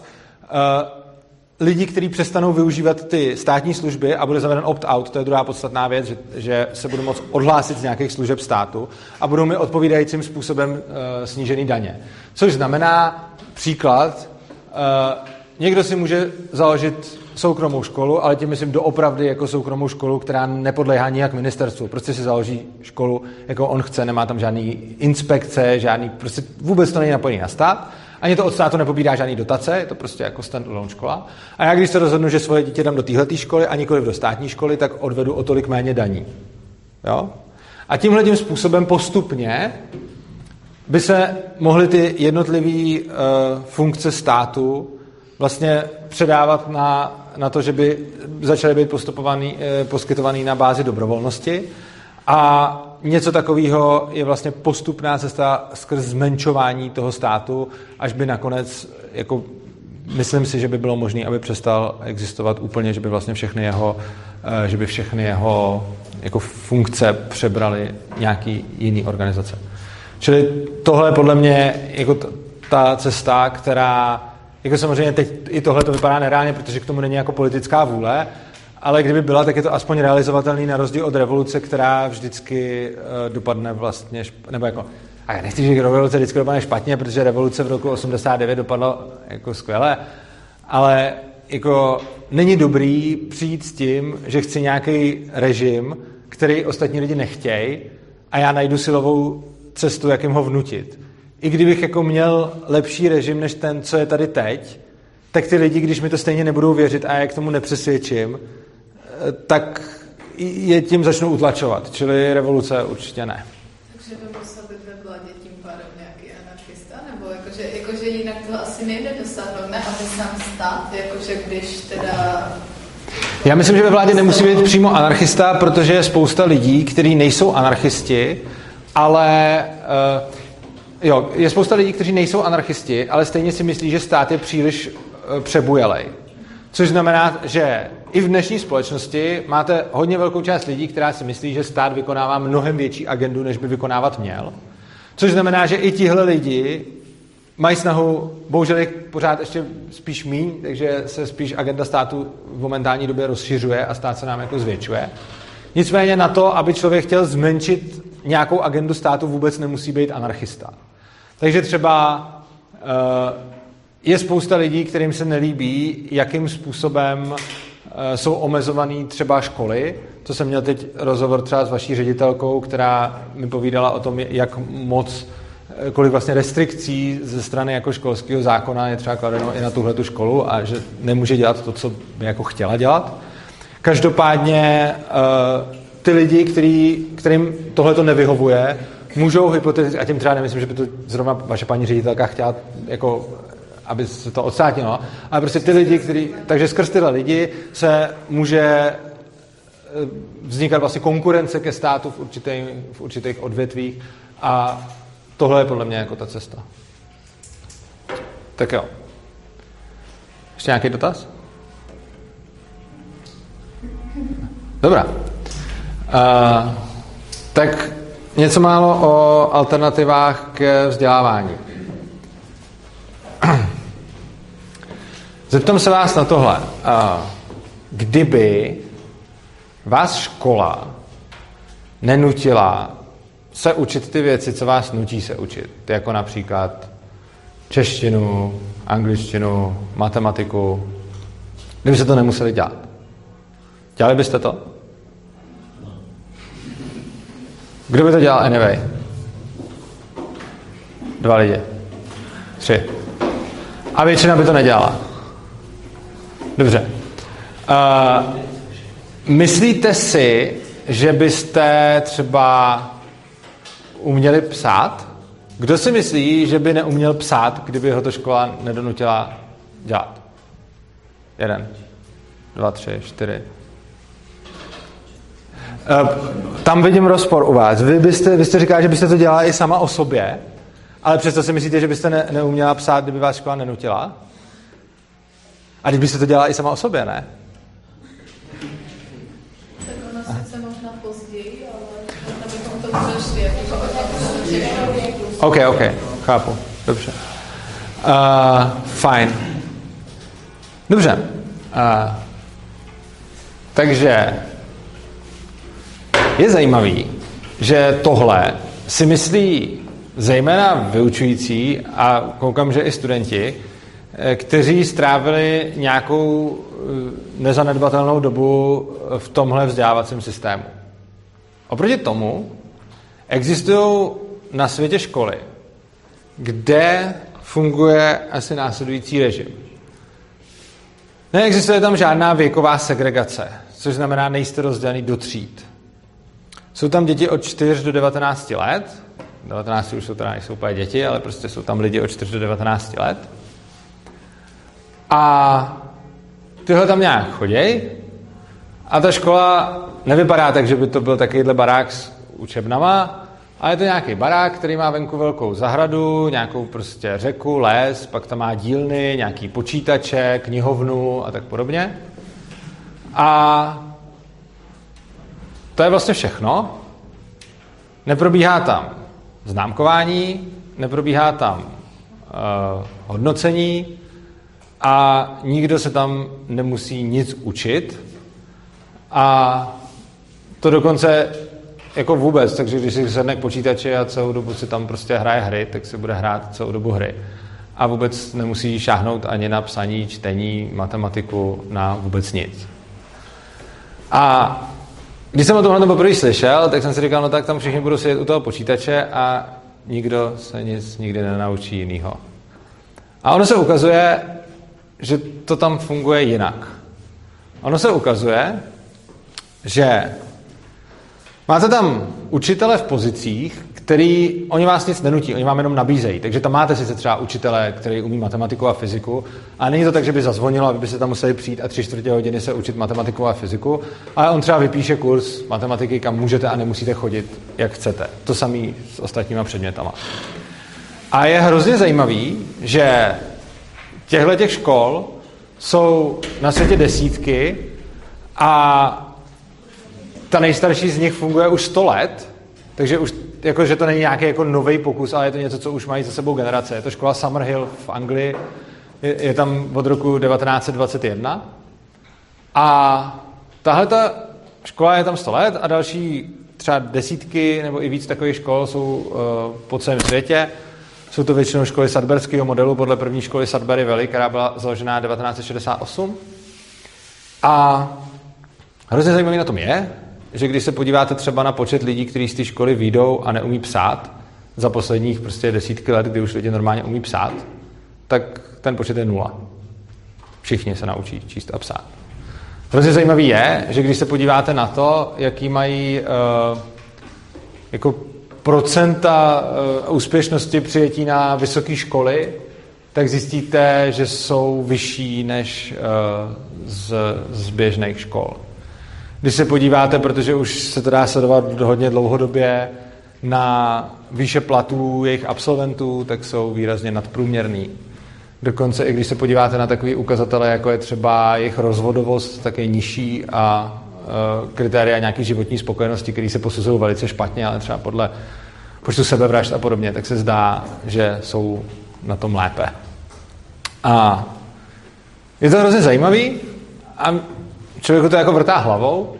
lidi, kteří přestanou využívat ty státní služby a bude zaveden opt-out, to je druhá podstatná věc, že, že se budou moct odhlásit z nějakých služeb státu a budou mi odpovídajícím způsobem uh, snížený daně. Což znamená příklad, uh, někdo si může založit soukromou školu, ale tím myslím doopravdy jako soukromou školu, která nepodléhá nijak ministerstvu. Prostě si založí školu, jako on chce, nemá tam žádný inspekce, žádný, prostě vůbec to není napojený na stát. Ani to od státu nepobírá žádný dotace, je to prostě jako stand-alone škola. A já když se rozhodnu, že svoje dítě dám do téhleté školy a nikoliv do státní školy, tak odvedu o tolik méně daní. Jo? A tímhletím způsobem postupně by se mohly ty jednotlivé uh, funkce státu vlastně předávat na, na to, že by začaly být postupovaný, uh, poskytovaný na bázi dobrovolnosti. A něco takového je vlastně postupná cesta skrz zmenšování toho státu, až by nakonec, jako, myslím si, že by bylo možné, aby přestal existovat úplně, že by vlastně všechny jeho, že by všechny jeho jako funkce přebraly nějaký jiný organizace. Čili tohle je podle mě jako t- ta cesta, která, jako samozřejmě teď i tohle to vypadá nereálně, protože k tomu není jako politická vůle, ale kdyby byla, tak je to aspoň realizovatelný na rozdíl od revoluce, která vždycky uh, dopadne vlastně, šp- nebo jako, a já nechci, že revoluce vždycky dopadne špatně, protože revoluce v roku osmdesát devět dopadla jako skvěle, ale jako není dobrý přijít s tím, že chci nějaký režim, který ostatní lidi nechtějí, a já najdu silovou cestu, jak jim ho vnutit. I kdybych jako měl lepší režim než ten, co je tady teď, tak ty lidi, když mi to stejně nebudou věřit a já k tomu nepřesvědčím, tak je tím začnou utlačovat. Čili revoluce určitě ne. Takže by musel být ve vládě tím pádem nějaký anarchista? Nebo jakože, jakože jinak to asi nejde dosáhnout, ne? Aby sám stát, jakože když teda... Já myslím, že ve vládě nemusí být přímo anarchista, protože je spousta lidí, kteří nejsou anarchisti, ale... Uh, jo, je spousta lidí, kteří nejsou anarchisti, ale stejně si myslí, že stát je příliš uh, přebujelej. Což znamená, že i v dnešní společnosti máte hodně velkou část lidí, která si myslí, že stát vykonává mnohem větší agendu, než by vykonávat měl. Což znamená, že i tihle lidi mají snahu, bohužel jich pořád ještě spíš míň, takže se spíš agenda státu v momentální době rozšiřuje a stát se nám jako zvětšuje. Nicméně na to, aby člověk chtěl zmenšit nějakou agendu státu, vůbec nemusí být anarchista. Takže třeba uh, je spousta lidí, kterým se nelíbí, jakým způsobem uh, jsou omezovaný třeba školy. To jsem měl teď rozhovor třeba s vaší ředitelkou, která mi povídala o tom, jak moc, kolik vlastně restrikcí ze strany jako školského zákona je třeba kladeno i na tuhletu školu a že nemůže dělat to, co by jako chtěla dělat. Každopádně uh, ty lidi, který, kterým tohleto nevyhovuje, můžou hypoteticky, a tím třeba nemyslím, že by to zrovna vaše paní ředitelka chtěla, jako, aby se to odstátnilo, ale prostě ty lidi, který, takže skrz tyhle lidi se může vznikat vlastně konkurence ke státu v, určitý, v určitých odvětvích a tohle je podle mě jako ta cesta. Tak jo. Ještě nějaký dotaz? Dobrá. Uh, tak něco málo o alternativách k vzdělávání. Zeptám se vás na tohle. Uh, kdyby vás škola nenutila se učit ty věci, co vás nutí se učit, jako například češtinu, angličtinu, matematiku, kdybyste to nemuseli dělat. Dělali byste to? Kdo by to dělal anyway? Dva lidi. Tři. A většina by to nedělala. Dobře. Uh, myslíte si, že byste třeba uměli psát? Kdo si myslí, že by neuměl psát, kdyby ho to škola nedonutila dělat? Jeden. Dva, tři, čtyři. Tam vidím rozpor u vás. Vy byste, vy jste říkali, že byste to dělala i sama o sobě, ale přesto si myslíte, že byste ne, neuměla psát, kdyby vás škola nenutila? A když byste to dělala i sama o sobě, ne? Tak ono sice možná později, ale možná bychom to přešli, jako OK, OK, chápu. Dobře. Uh, fajn. Dobře. Uh, takže je zajímavý, že tohle si myslí zejména vyučující a koukám, že i studenti, kteří strávili nějakou nezanedbatelnou dobu v tomhle vzdělávacím systému. Oproti tomu existují na světě školy, kde funguje asi následující režim. Neexistuje tam žádná věková segregace, což znamená, nejste rozdělený do tříd. Jsou tam děti od čtyř do devatenácti let, devatenáct už jsou teda nejsou úplně děti, ale prostě jsou tam lidi od čtyř do devatenácti let. A tyhle tam nějak choděj a ta škola nevypadá tak, že by to byl takovýhle barák s učebnama, ale je to nějaký barák, který má venku velkou zahradu, nějakou prostě řeku, les, pak tam má dílny, nějaký počítače, knihovnu a tak podobně. A to je vlastně všechno. Neprobíhá tam známkování, neprobíhá tam uh, hodnocení a nikdo se tam nemusí nic učit. A to dokonce jako vůbec, takže když si sedne k počítači a celou dobu si tam prostě hraje hry, tak si bude hrát celou dobu hry. A vůbec nemusí šáhnout ani na psaní, čtení, matematiku, na vůbec nic. A když jsem o tomhle poprvé slyšel, tak jsem si říkal, no tak tam všichni budou sedět u toho počítače a nikdo se nic nikdy nenaučí jinýho. A ono se ukazuje, že to tam funguje jinak. Ono se ukazuje, že máte tam učitele v pozicích, který, oni vás nic nenutí, oni vám jenom nabízejí. Takže tam máte sice třeba učitele, který umí matematiku a fyziku, a není to tak, že by zazvonilo, aby byste tam museli přijít a tři čtvrtě hodiny se učit matematiku a fyziku, ale on třeba vypíše kurz matematiky, kam můžete a nemusíte chodit, jak chcete. To samý s ostatníma předmětama. A je hrozně zajímavý, že těchto těch škol jsou na světě desítky a ta nejstarší z nich funguje už sto let, takže už jako, že to není nějaký jako nový pokus, ale je to něco, co už mají za sebou generace. Je to škola Summerhill v Anglii, je, je tam od roku devatenáct set dvacet jedna a tahle ta škola je tam sto let a další třeba desítky nebo i víc takových škol jsou uh, po celém světě. Jsou to většinou školy Sudburyského modelu podle první školy Sudbury Valley, která byla založená devatenáct set šedesát osm. A hrozně zajímavý na tom je, že když se podíváte třeba na počet lidí, kteří z té školy vyjdou a neumí psát, za posledních prostě desítky let, kdy už lidi normálně umí psát, tak ten počet je nula. Všichni se naučí číst a psát. Hrozně zajímavý je, že když se podíváte na to, jaký mají uh, jako procenta uh, úspěšnosti přijetí na vysoké školy, tak zjistíte, že jsou vyšší než uh, z, z běžných škol. Když se podíváte, protože už se to dá sledovat hodně dlouhodobě, na výše platů jejich absolventů, tak jsou výrazně nadprůměrný. Dokonce i když se podíváte na takový ukazatele, jako je třeba jejich rozvodovost, tak je nižší a e, kritéria nějaké životní spokojenosti, které se posuzují velice špatně, ale třeba podle počtu sebevražd a podobně, tak se zdá, že jsou na tom lépe. A je to hrozně zajímavý a člověku to jako vrtá hlavou.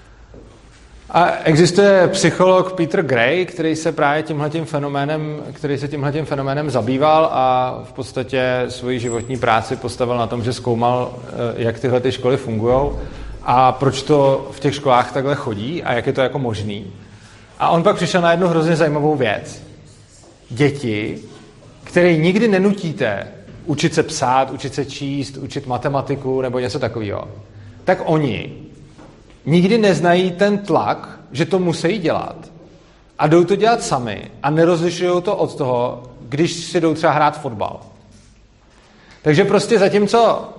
A existuje psycholog Peter Gray, který se právě tímhletím fenoménem, který se tímhletím fenoménem zabýval a v podstatě svoji životní práci postavil na tom, že zkoumal, jak tyhle ty školy fungují a proč to v těch školách takhle chodí a jak je to jako možný. A on pak přišel na jednu hrozně zajímavou věc. Děti, které nikdy nenutíte učit se psát, učit se číst, učit matematiku nebo něco takového, tak oni nikdy neznají ten tlak, že to musí dělat a jdou to dělat sami a nerozlišují to od toho, když si jdou třeba hrát fotbal. Takže prostě zatímco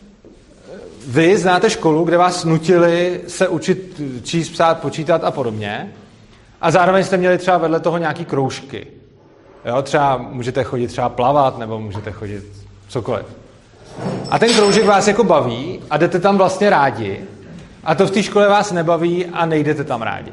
vy znáte školu, kde vás nutili se učit číst, psát, počítat a podobně a zároveň jste měli třeba vedle toho nějaký kroužky. Jo, třeba můžete chodit třeba plavat nebo můžete chodit cokoliv. A ten kroužek vás jako baví a jdete tam vlastně rádi a to v té škole vás nebaví a nejdete tam rádi.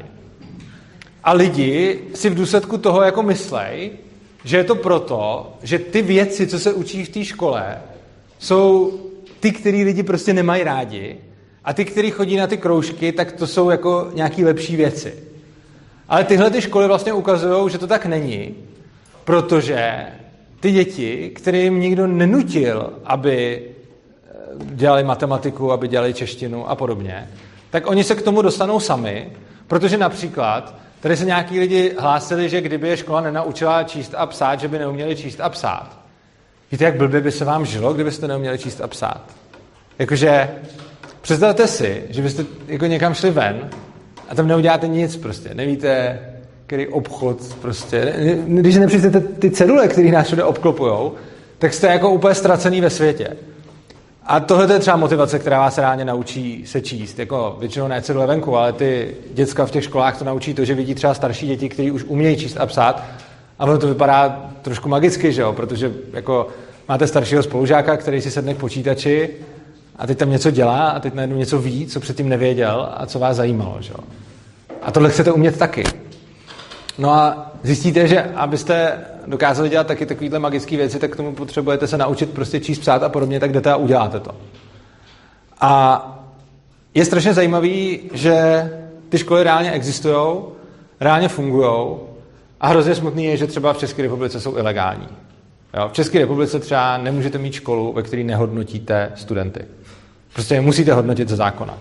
A lidi si v důsledku toho jako myslej, že je to proto, že ty věci, co se učí v té škole, jsou ty, který lidi prostě nemají rádi a ty, který chodí na ty kroužky, tak to jsou jako nějaký lepší věci. Ale tyhle ty školy vlastně ukazují, že to tak není, protože ty děti, kterým nikdo nenutil, aby dělali matematiku, aby dělali češtinu a podobně, tak oni se k tomu dostanou sami, protože například tady se nějaký lidi hlásili, že kdyby je škola nenaučila číst a psát, že by neuměli číst a psát. Víte, jak blbě by se vám žilo, kdybyste neuměli číst a psát? Jakože představte si, že byste jako někam šli ven a tam neuděláte nic prostě, nevíte, který obchod prostě, když nepřijdete ty cedule, které nás všude obklopujou, tak jste jako úplně ztracený ve světě. A tohle je třeba motivace, která vás reálně naučí se číst. Jako většinou ne cedule venku, ale ty děcka v těch školách to naučí to, že vidí třeba starší děti, kteří už umějí číst a psát. A ono to vypadá trošku magicky, že jo? Protože jako máte staršího spolužáka, který si sedne k počítači a teď tam něco dělá a teď najednou něco ví, co předtím nevěděl a co vás zajímalo, že jo? A tohle chcete umět taky. No a zjistíte, že abyste dokázali dělat taky takovýhle magické věci, tak k tomu potřebujete se naučit prostě číst, psát a podobně, tak jdete a uděláte to. A je strašně zajímavý, že ty školy reálně existují, reálně fungují a hrozně smutný je, že třeba v České republice jsou ilegální. Jo? V České republice třeba nemůžete mít školu, ve které nehodnotíte studenty. Prostě je musíte hodnotit ze zákona.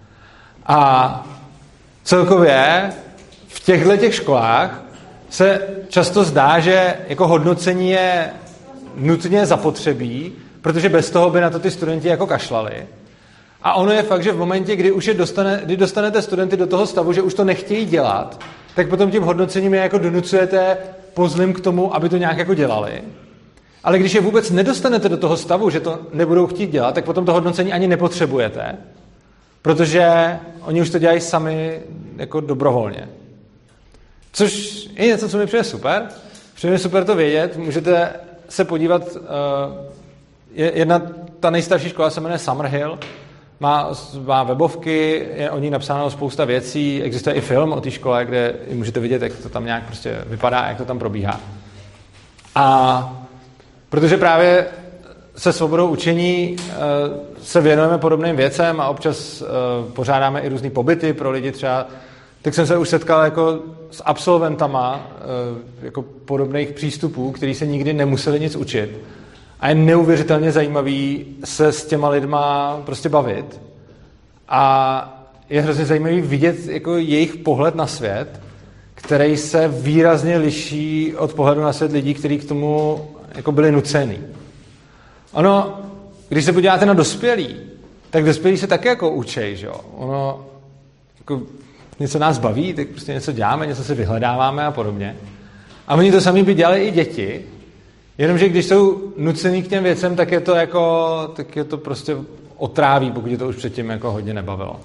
A celkově v těchto těch školách se často zdá, že jako hodnocení je nutně zapotřebí, protože bez toho by na to ty studenti jako kašlali. A ono je fakt, že v momentě, kdy už je dostane, kdy dostanete studenty do toho stavu, že už to nechtějí dělat, tak potom tím hodnocením je jako donucujete pozlim k tomu, aby to nějak jako dělali. Ale když je vůbec nedostanete do toho stavu, že to nebudou chtít dělat, tak potom to hodnocení ani nepotřebujete, protože oni už to dělají sami jako dobrovolně. Což je něco, co mi přijde super. Přijde mi super to vědět. Můžete se podívat, jedna, ta nejstarší škola se jmenuje Summerhill, má, má webovky, je o ní napsáno spousta věcí, existuje i film o té škole, kde můžete vidět, jak to tam nějak prostě vypadá, jak to tam probíhá. A protože právě se svobodou učení se věnujeme podobným věcem a občas pořádáme i různý pobyty pro lidi třeba, tak jsem se už setkal jako s absolventama jako podobných přístupů, kteří se nikdy nemuseli nic učit. A je neuvěřitelně zajímavý se s těma lidma prostě bavit. A je hrozně zajímavý vidět jako jejich pohled na svět, který se výrazně liší od pohledu na svět lidí, kteří k tomu jako byli nucený. Ono, když se podíváte na dospělí, tak dospělí se taky jako učej, že jo. Ono, jako něco nás baví, tak prostě něco děláme, něco se vyhledáváme a podobně. A oni to sami by dělali i děti, jenomže když jsou nucený k těm věcem, tak je to jako, tak je to prostě otráví, pokud je to už předtím jako hodně nebavilo.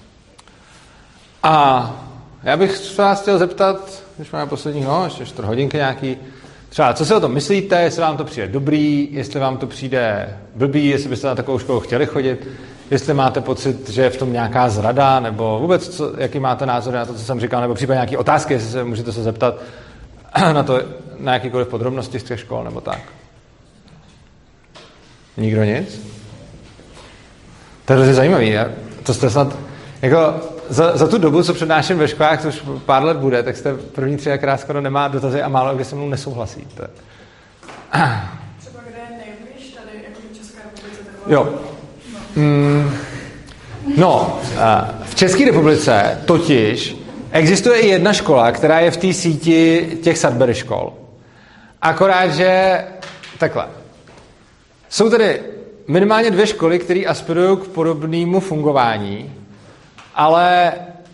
A já bych se vás chtěl zeptat, když máme posledních, no, ještě čtvrt hodinky nějaký, třeba, co si o tom myslíte, jestli vám to přijde dobrý, jestli vám to přijde blbý, jestli byste na takovou školu chtěli chodit, jestli máte pocit, že je v tom nějaká zrada, nebo vůbec, co, jaký máte názor na to, co jsem říkal, nebo případně nějaké otázky, jestli se můžete se zeptat na to, na jakýkoliv podrobnosti z těch škol, nebo tak. Nikdo nic? To je hrozně zajímavý, ne? To jste snad, jako za, za tu dobu, co přednáším ve školách, to už pár let bude, tak jste první třikrát skoro nemá dotazy a málo kde se mnou nesouhlasí. To je. Třeba kde je nejblíž tady, jako v České republice? Jo. Mm, no, v České republice totiž existuje i jedna škola, která je v té síti těch Sudbury škol. Akorát, že takhle. Jsou tady minimálně dvě školy, které aspirují k podobnému fungování, ale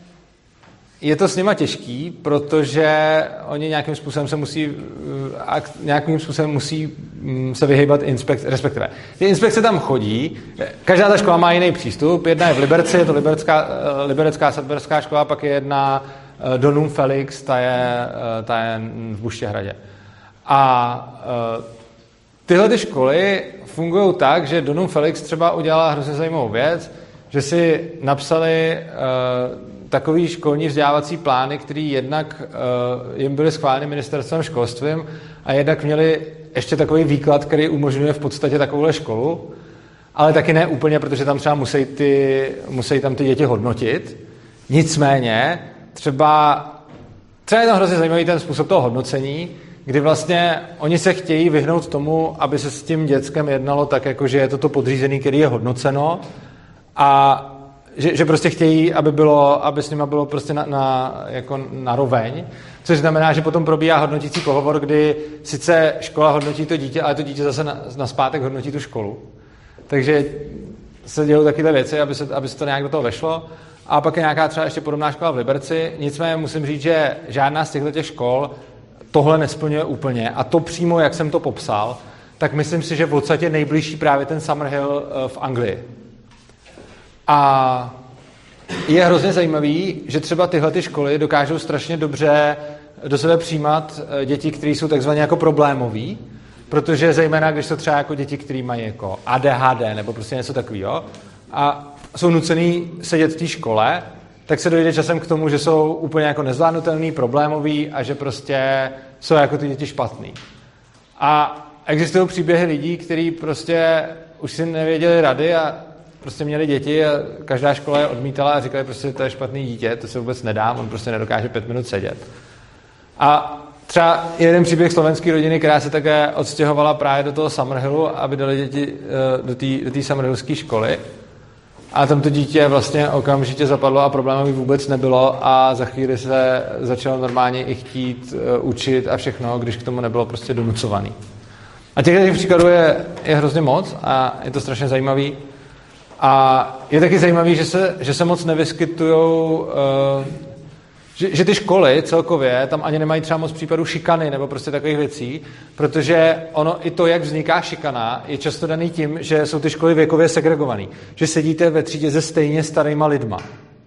je to s nima těžký, protože oni nějakým způsobem se musí nějakým způsobem musí se vyhýbat inspekce, respektive. Ty inspekce tam chodí, každá ta škola má jiný přístup, jedna je v Liberci, je to liberecká, liberecká sudburská škola, pak je jedna Donum Felix, ta je, ta je v Buštěhradě. A tyhle ty školy fungují tak, že Donum Felix třeba udělala hrozně zajímavou věc, že si napsali uh, takový školní vzdělávací plány, který jednak uh, jim byly schváleny ministerstvem školstvím a jednak měli ještě takový výklad, který umožňuje v podstatě takovouhle školu, ale taky ne úplně, protože tam třeba musí, ty, musí tam ty děti hodnotit. Nicméně třeba, třeba je tam hrozně zajímavý ten způsob toho hodnocení, kdy vlastně oni se chtějí vyhnout tomu, aby se s tím dětskem jednalo tak, jako že je to to podřízený, který je hodnoceno, a že, že prostě chtějí, aby, bylo, aby s nima bylo prostě na, na, jako naroveň, což znamená, že potom probíhá hodnotící pohovor, kdy sice škola hodnotí to dítě, ale to dítě zase na, naspátek hodnotí tu školu. Takže se dějou takové věci, aby se, aby se to nějak do toho vešlo. A pak je nějaká třeba ještě podobná škola v Liberci. Nicméně musím říct, že žádná z těchto škol tohle nesplňuje úplně. A to přímo, jak jsem to popsal, tak myslím si, že v podstatě nejbližší právě ten Summerhill v Anglii. A je hrozně zajímavý, že třeba tyhle ty školy dokážou strašně dobře do sebe přijímat děti, které jsou takzvaně jako problémový, protože zejména, když jsou třeba jako děti, které mají jako A D H D nebo prostě něco takového a jsou nucený sedět v té škole, tak se dojde časem k tomu, že jsou úplně jako nezvládnutelný, problémový a že prostě jsou jako ty děti špatný. A existují příběhy lidí, kteří prostě už si nevěděli rady a prostě měli děti a každá škola je odmítala a říkali prostě, že to je špatný dítě, to se vůbec nedá, on prostě nedokáže pět minut sedět. A třeba jeden příběh slovenské rodiny, která se také odstěhovala právě do toho Summerhillu, aby dali děti do té do té Summerhillské školy. A tam to dítě vlastně okamžitě zapadlo a problémový vůbec nebylo a za chvíli se začalo normálně i chtít učit a všechno, když k tomu nebylo prostě donucovaný. A těch příkladů je, je hrozně moc a je to strašně zajímavý. A je taky zajímavý, že se, že se moc nevyskytujou, uh, že, že ty školy celkově tam ani nemají třeba moc případů šikany nebo prostě takových věcí, protože ono i to, jak vzniká šikana, je často daný tím, že jsou ty školy věkově segregované. Že sedíte ve třídě se stejně starýma lidma.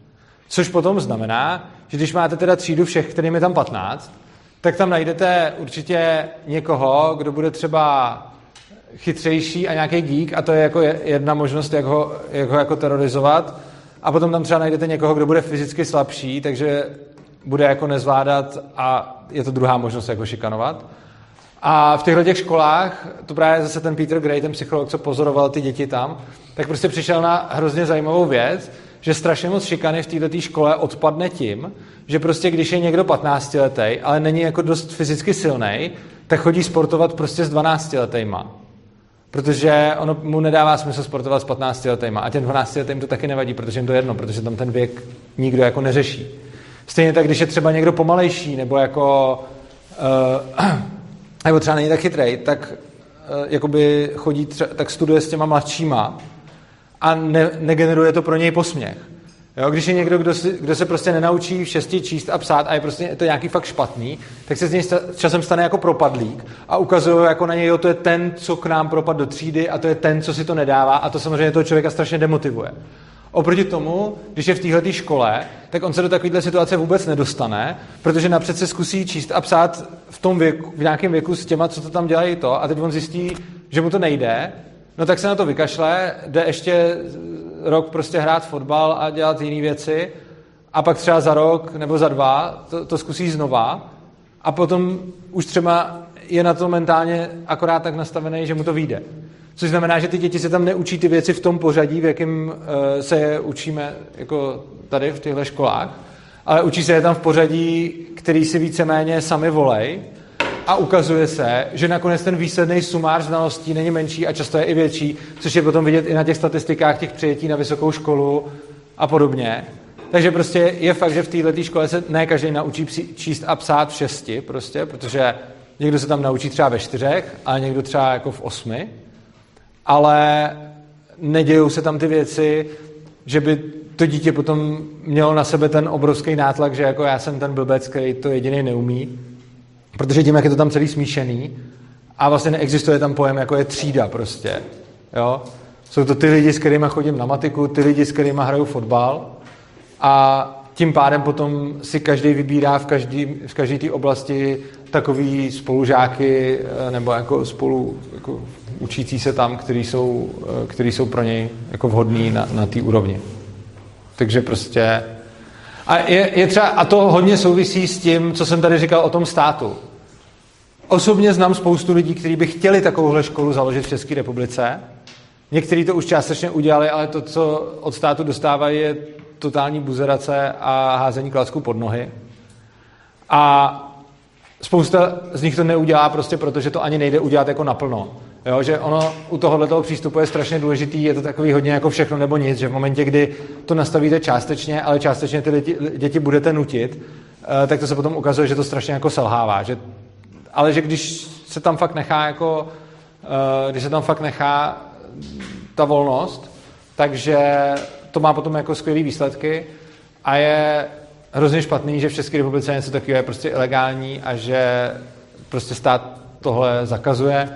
Což potom znamená, že když máte teda třídu všech, kterým je tam patnáct, tak tam najdete určitě někoho, kdo bude třeba chytřejší a nějaký geek, a to je jako jedna možnost, jak ho, jak ho jako terorizovat. A potom tam třeba najdete někoho, kdo bude fyzicky slabší, takže bude jako nezvládat a je to druhá možnost, jak ho šikanovat. A v těchto těch školách, to právě zase ten Peter Gray, ten psycholog, co pozoroval ty děti tam, tak prostě přišel na hrozně zajímavou věc, že strašně moc šikany v této škole odpadne tím, že prostě když je někdo patnáctiletý, ale není jako dost fyzicky silnej, tak chodí sportovat prostě s dvanáctiletýma. Protože ono mu nedává smysl sportovat s patnáctiletýma. A těm dvanáctiletým to taky nevadí, protože jim to jedno, protože tam ten věk nikdo jako neřeší. Stejně tak, když je třeba někdo pomalejší, nebo jako uh, nebo třeba není tak chytrej, tak uh, jakoby chodí třeba, tak studuje s těma mladšíma a ne, negeneruje to pro něj posměch. Jo, když je někdo, kdo, si, kdo se prostě nenaučí v šesti číst a psát a je prostě to nějaký fakt špatný, tak se z něj časem stane jako propadlík a ukazují jako na něj, jo, to je ten, co k nám propad do třídy a to je ten, co si to nedává a to samozřejmě toho člověka strašně demotivuje. Oproti tomu, když je v téhleté škole, tak on se do takovéhle situace vůbec nedostane, protože napřed se zkusí číst a psát v tom věku, v nějakém věku s těma, co to tam dělají to a teď on zjistí, že mu to nejde, no tak se na to vykašle, jde ještě rok prostě hrát fotbal a dělat jiné věci a pak třeba za rok nebo za dva to, to zkusí znova a potom už třeba je na to mentálně akorát tak nastavený, že mu to vyjde. Což znamená, že ty děti se tam neučí ty věci v tom pořadí, v jakém uh, se je učíme jako tady v těchto školách, ale učí se je tam v pořadí, který si víceméně sami volej a ukazuje se, že nakonec ten výsledný sumář znalostí není menší a často je i větší, což je potom vidět i na těch statistikách těch přijetí na vysokou školu a podobně. Takže prostě je fakt, že v této škole se ne každý naučí číst a psát v šesti, prostě, protože někdo se tam naučí třeba ve čtyřech a někdo třeba jako v osmi, ale nedějou se tam ty věci, že by to dítě potom mělo na sebe ten obrovský nátlak, že jako já jsem ten blbec, který to jediný neumí, protože tím, jak je to tam celý smíšený a vlastně neexistuje tam pojem, jako je třída prostě, jo. Jsou to ty lidi, s kterými chodím na matiku, ty lidi, s kterými hraju fotbal a tím pádem potom si každý vybírá v každé v každý té oblasti takový spolužáky nebo jako spolu jako učící se tam, který jsou, který jsou pro něj jako vhodný na, na té úrovni. Takže prostě a je, je třeba, a to hodně souvisí s tím, co jsem tady říkal o tom státu. Osobně znám spoustu lidí, kteří by chtěli takovouhle školu založit v České republice. Někteří to už částečně udělali, ale to, co od státu dostávají, je totální buzerace a házení klacků pod nohy. A spousta z nich to neudělá prostě proto, že to ani nejde udělat jako naplno. Jo, že ono u tohohletoho přístupu je strašně důležitý, je to takový hodně jako všechno nebo nic, že v momentě, kdy to nastavíte částečně, ale částečně ty děti, děti budete nutit, tak to se potom ukazuje, že to strašně jako selhává. Že, ale že když se tam fakt nechá jako, když se tam fakt nechá ta volnost, takže to má potom jako skvělý výsledky a je hrozně špatný, že v České republice něco takového je prostě ilegální a že prostě stát tohle zakazuje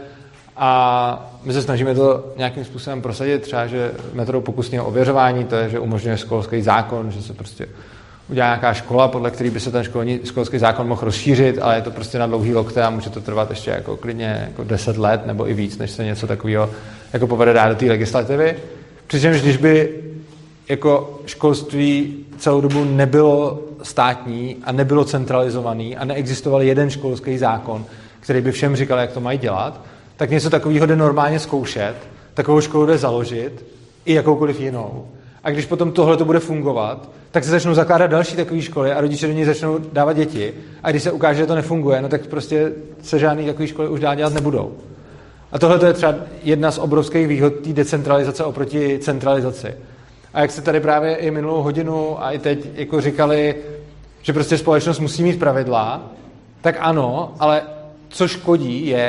a my se snažíme to nějakým způsobem prosadit, třeba, že metodou pokusného ověřování, to je, že umožňuje školský zákon, že se prostě udělá nějaká škola, podle které by se ten školní, školský zákon mohl rozšířit, ale je to prostě na dlouhý lokte a může to trvat ještě jako klidně jako deset let nebo i víc, než se něco takového jako povede dát do té legislativy. Přičemž když by jako školství celou dobu nebylo státní a nebylo centralizovaný a neexistoval jeden školský zákon, který by všem říkal, jak to mají dělat, tak něco takového jde normálně zkoušet, takovou školu jde založit i jakoukoliv jinou. A když potom tohle to bude fungovat, tak se začnou zakládat další takové školy a rodiče do něj začnou dávat děti. A když se ukáže, že to nefunguje, no tak prostě se žádný takové školy už dál dělat nebudou. A tohle je třeba jedna z obrovských výhod té decentralizace oproti centralizaci. A jak se tady právě i minulou hodinu a i teď jako říkali, že prostě společnost musí mít pravidla, tak ano, ale co škodí je,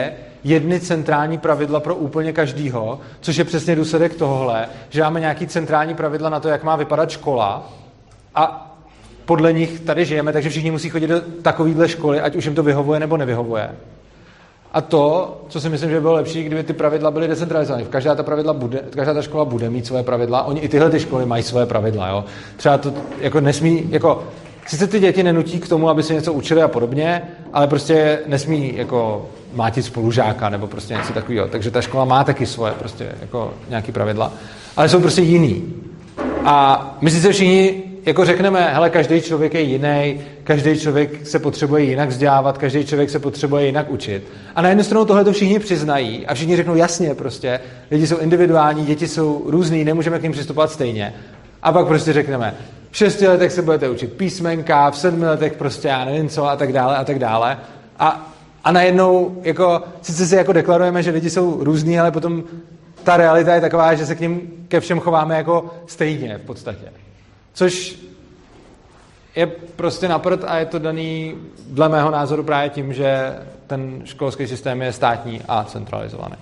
jedny centrální pravidla pro úplně každýho, což je přesně důsledek tohohle, že máme nějaký centrální pravidla na to, jak má vypadat škola a podle nich tady žijeme, takže všichni musí chodit do takovýhle školy, ať už jim to vyhovuje nebo nevyhovuje. A to, co si myslím, že by bylo lepší, kdyby ty pravidla byly decentralizované. Každá ta pravidla bude, každá ta škola bude mít svoje pravidla, oni i tyhle ty školy mají svoje pravidla, jo. Třeba to jako nesmí, jako sice ty děti nenutí k tomu, aby se něco učili a podobně, ale prostě nesmí jako mátit spolužáka nebo prostě něco takového. Takže ta škola má taky svoje prostě jako nějaký pravidla, ale jsou prostě jiný. A my si se všichni jako řekneme, hele, každý člověk je jiný, každý člověk se potřebuje jinak vzdělávat, každý člověk se potřebuje jinak učit. A na jednu stranu tohle to všichni přiznají a všichni řeknou jasně prostě, lidi jsou individuální, děti jsou různý, nemůžeme k nim přistupovat stejně. A pak prostě řekneme, v šesti letech se budete učit písmenka, v sedmi letech prostě já nevím co a tak dále a tak dále. A, a najednou jako, sice si jako deklarujeme, že lidi jsou různý, ale potom ta realita je taková, že se k nim ke všem chováme jako stejně v podstatě. Což je prostě na prd a je to daný dle mého názoru právě tím, že ten školský systém je státní a centralizovaný.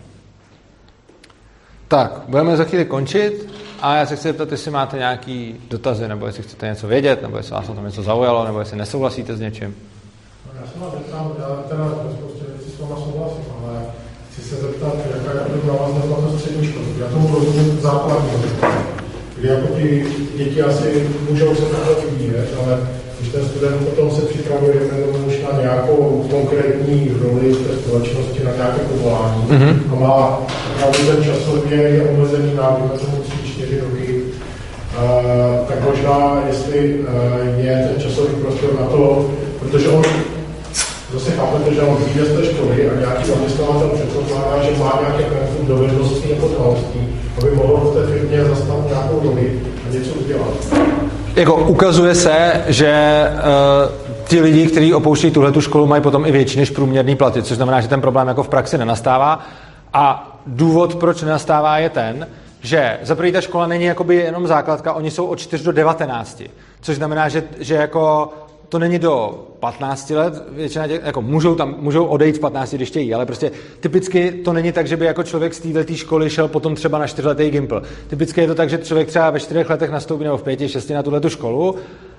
Tak, budeme za chvíli končit a já se chci zeptat, jestli máte nějaký dotazy, nebo jestli chcete něco vědět, nebo jestli vás na tom něco zaujalo, nebo jestli nesouhlasíte s něčím. Já se vám zeptám, já teda prostě věci s váma souhlasím, ale chci se zeptat, jaká je to návaznost na to střední školu. Já tomu rozumím základní, kdy jako ty děti asi můžou se takhle vyvíjet, ale když ten student potom se připravuje už na nějakou konkrétní roli v té společnosti, na nějaké povolání, mm-hmm. a má opravdu ten časově je omezený návod, tomu tři čtyři roky, uh, tak možná, jestli uh, je ten časový prostor na to, protože on zase chápete, že on vyjde z té školy a nějaký zaměstnavatel předpokládá, že má nějaké konkrétní dovednosti nebo znalostí, aby mohl v té firmě zastat nějakou roli a něco udělat. Jako ukazuje se, že uh, ti lidi, kteří opouštějí tuhletu školu, mají potom i větší než průměrný platy, což znamená, že ten problém jako v praxi nenastává. A důvod, proč nenastává, je ten, že za první ta škola není jakoby jenom základka, oni jsou od čtyř do devatenácti, což znamená, že, že jako to není do patnácti let, většina těch, jako můžou tam, můžou odejít v patnácti, když chtějí, ale prostě typicky to není tak, že by jako člověk z této školy šel potom třeba na čtyřletý gimpl. Typicky je to tak, že člověk třeba ve čtyřech letech nastoupí nebo v pěti, šesti na tuhletu školu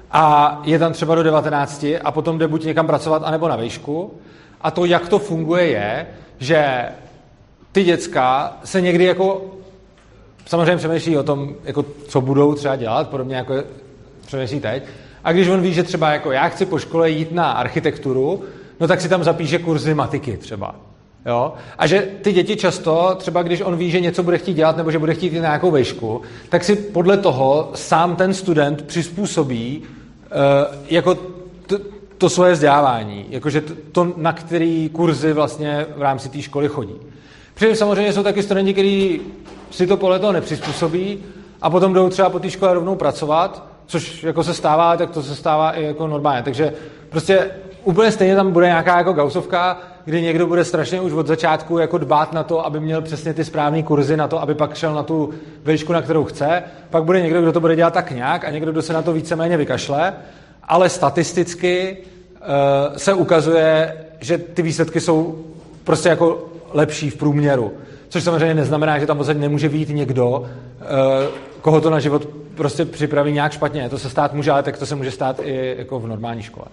a je tam třeba do devatenácti a potom jde buď někam pracovat, anebo na výšku. A to, jak to funguje, je, že ty děcka se někdy jako samozřejmě přemýšlí o tom, jako co budou třeba dělat, podobně jako přemýšlí teď. A když on ví, že třeba jako já chci po škole jít na architekturu, no tak si tam zapíše kurzy matiky třeba. Jo? A že ty děti často, třeba když on ví, že něco bude chtít dělat nebo že bude chtít jít na nějakou výšku, tak si podle toho sám ten student přizpůsobí uh, jako to, to svoje vzdělávání. Jakože to, na který kurzy vlastně v rámci té školy chodí. Přitom samozřejmě jsou taky studenti, kteří si to podle toho nepřizpůsobí a potom jdou třeba po té škole rovnou pracovat, což jako se stává, tak to se stává i jako normálně. Takže prostě úplně stejně tam bude nějaká jako gausovka, kdy někdo bude strašně už od začátku jako dbát na to, aby měl přesně ty správné kurzy na to, aby pak šel na tu výšku, na kterou chce. Pak bude někdo, kdo to bude dělat tak nějak a někdo, kdo se na to víceméně vykašle. Ale statisticky uh, se ukazuje, že ty výsledky jsou prostě jako lepší v průměru. Což samozřejmě neznamená, že tam v nemůže být někdo, uh, koho to na život prostě připraví nějak špatně. To se stát může, ale tak to se může stát i jako v normální škole.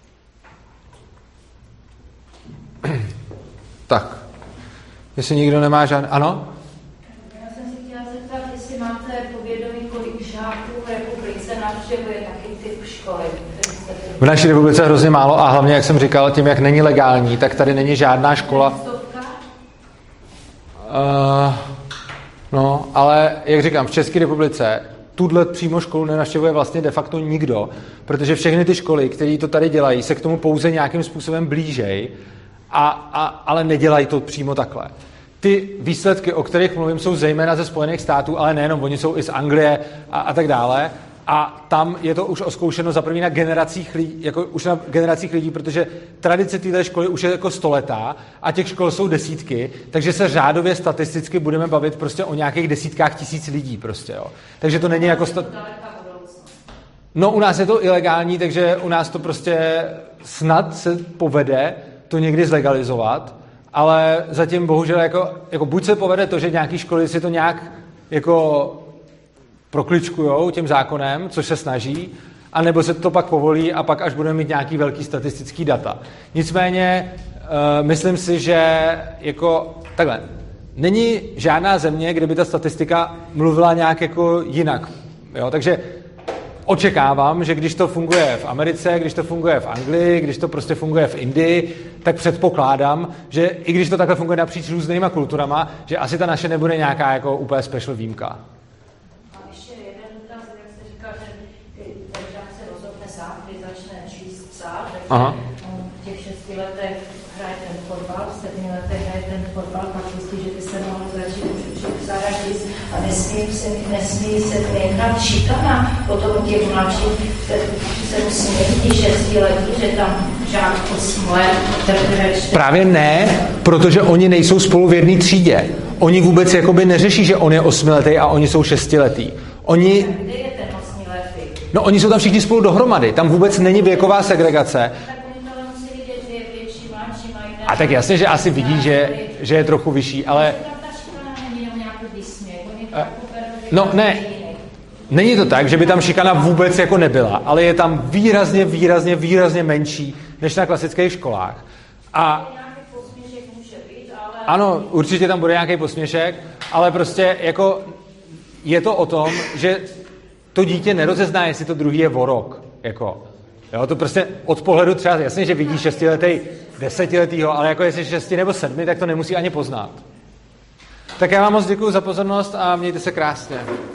Tak. Jestli nikdo nemá žádný... Ano? Já jsem si chtěla zeptat, jestli máte povědomí, kolik žáků v republice navštěvuje taky typ školy. V naší republice je hrozně málo a hlavně, jak jsem říkal, tím, jak není legální, tak tady není žádná škola. Uh, no, ale jak říkám, v České republice tuhle přímo školu nenavštěvuje vlastně de facto nikdo, protože všechny ty školy, které to tady dělají, se k tomu pouze nějakým způsobem blížej, a, a, ale nedělají to přímo takhle. Ty výsledky, o kterých mluvím, jsou zejména ze Spojených států, ale nejenom, oni jsou i z Anglie a, a tak dále. A tam je to už oskoušeno za první na generacích lidí, jako už na generacích lidí, protože tradice této školy už je jako stoletá a těch škol jsou desítky, takže se řádově statisticky budeme bavit prostě o nějakých desítkách tisíc lidí prostě, jo. Takže to není jako... Sta... No u nás je to ilegální, takže u nás to prostě snad se povede to někdy zlegalizovat, ale zatím bohužel jako, jako buď se povede to, že nějaký školy si to nějak jako prokličkujou tím zákonem, což se snaží, anebo se to pak povolí a pak až budeme mít nějaký velký statistický data. Nicméně uh, myslím si, že jako takhle, není žádná země, kde by ta statistika mluvila nějak jako jinak. Jo? Takže očekávám, že když to funguje v Americe, když to funguje v Anglii, když to prostě funguje v Indii, tak předpokládám, že i když to takhle funguje napříč různýma kulturama, že asi ta naše nebude nějaká jako úplně special výjimka. A ještě jeden dotaz, jak jste říkal, že ten žák se rozhodne sám, když začne číst psát, takže Aha. on v těch šesti letech hraje ten fotbal, v sedmi letech hraje ten fotbal, pak zjistí, že by se mohl začít učit psát a číst a nesmí se, nesmí se nechat šikana. Potom těch mladších se musí mít šesti letí, že tam žák osm let teprve čte. Právě ne, protože oni nejsou spolu v jedné třídě. Oni vůbec jakoby neřeší, že on je osmiletý a oni jsou šestiletý. Oni... Kde je ten osmiletý? No oni jsou tam všichni spolu dohromady. Tam vůbec není věková segregace. Tak oni to musí vidět, že je větší, mladší, mají... A tak jasně, že asi vidí, že, že je trochu vyšší, ale... No ne, není to tak, že by tam šikana vůbec jako nebyla, ale je tam výrazně, výrazně, výrazně menší než na klasických školách. A ano, určitě tam bude nějaký posměšek, ale prostě jako je to o tom, že to dítě nerozezná, jestli to druhý je vorok. Jako, jo, to prostě od pohledu třeba, jasně, že vidí šestiletý, desetiletýho, ale jako jestli šesti nebo sedmi, tak to nemusí ani poznat. Tak já vám moc děkuju za pozornost a mějte se krásně.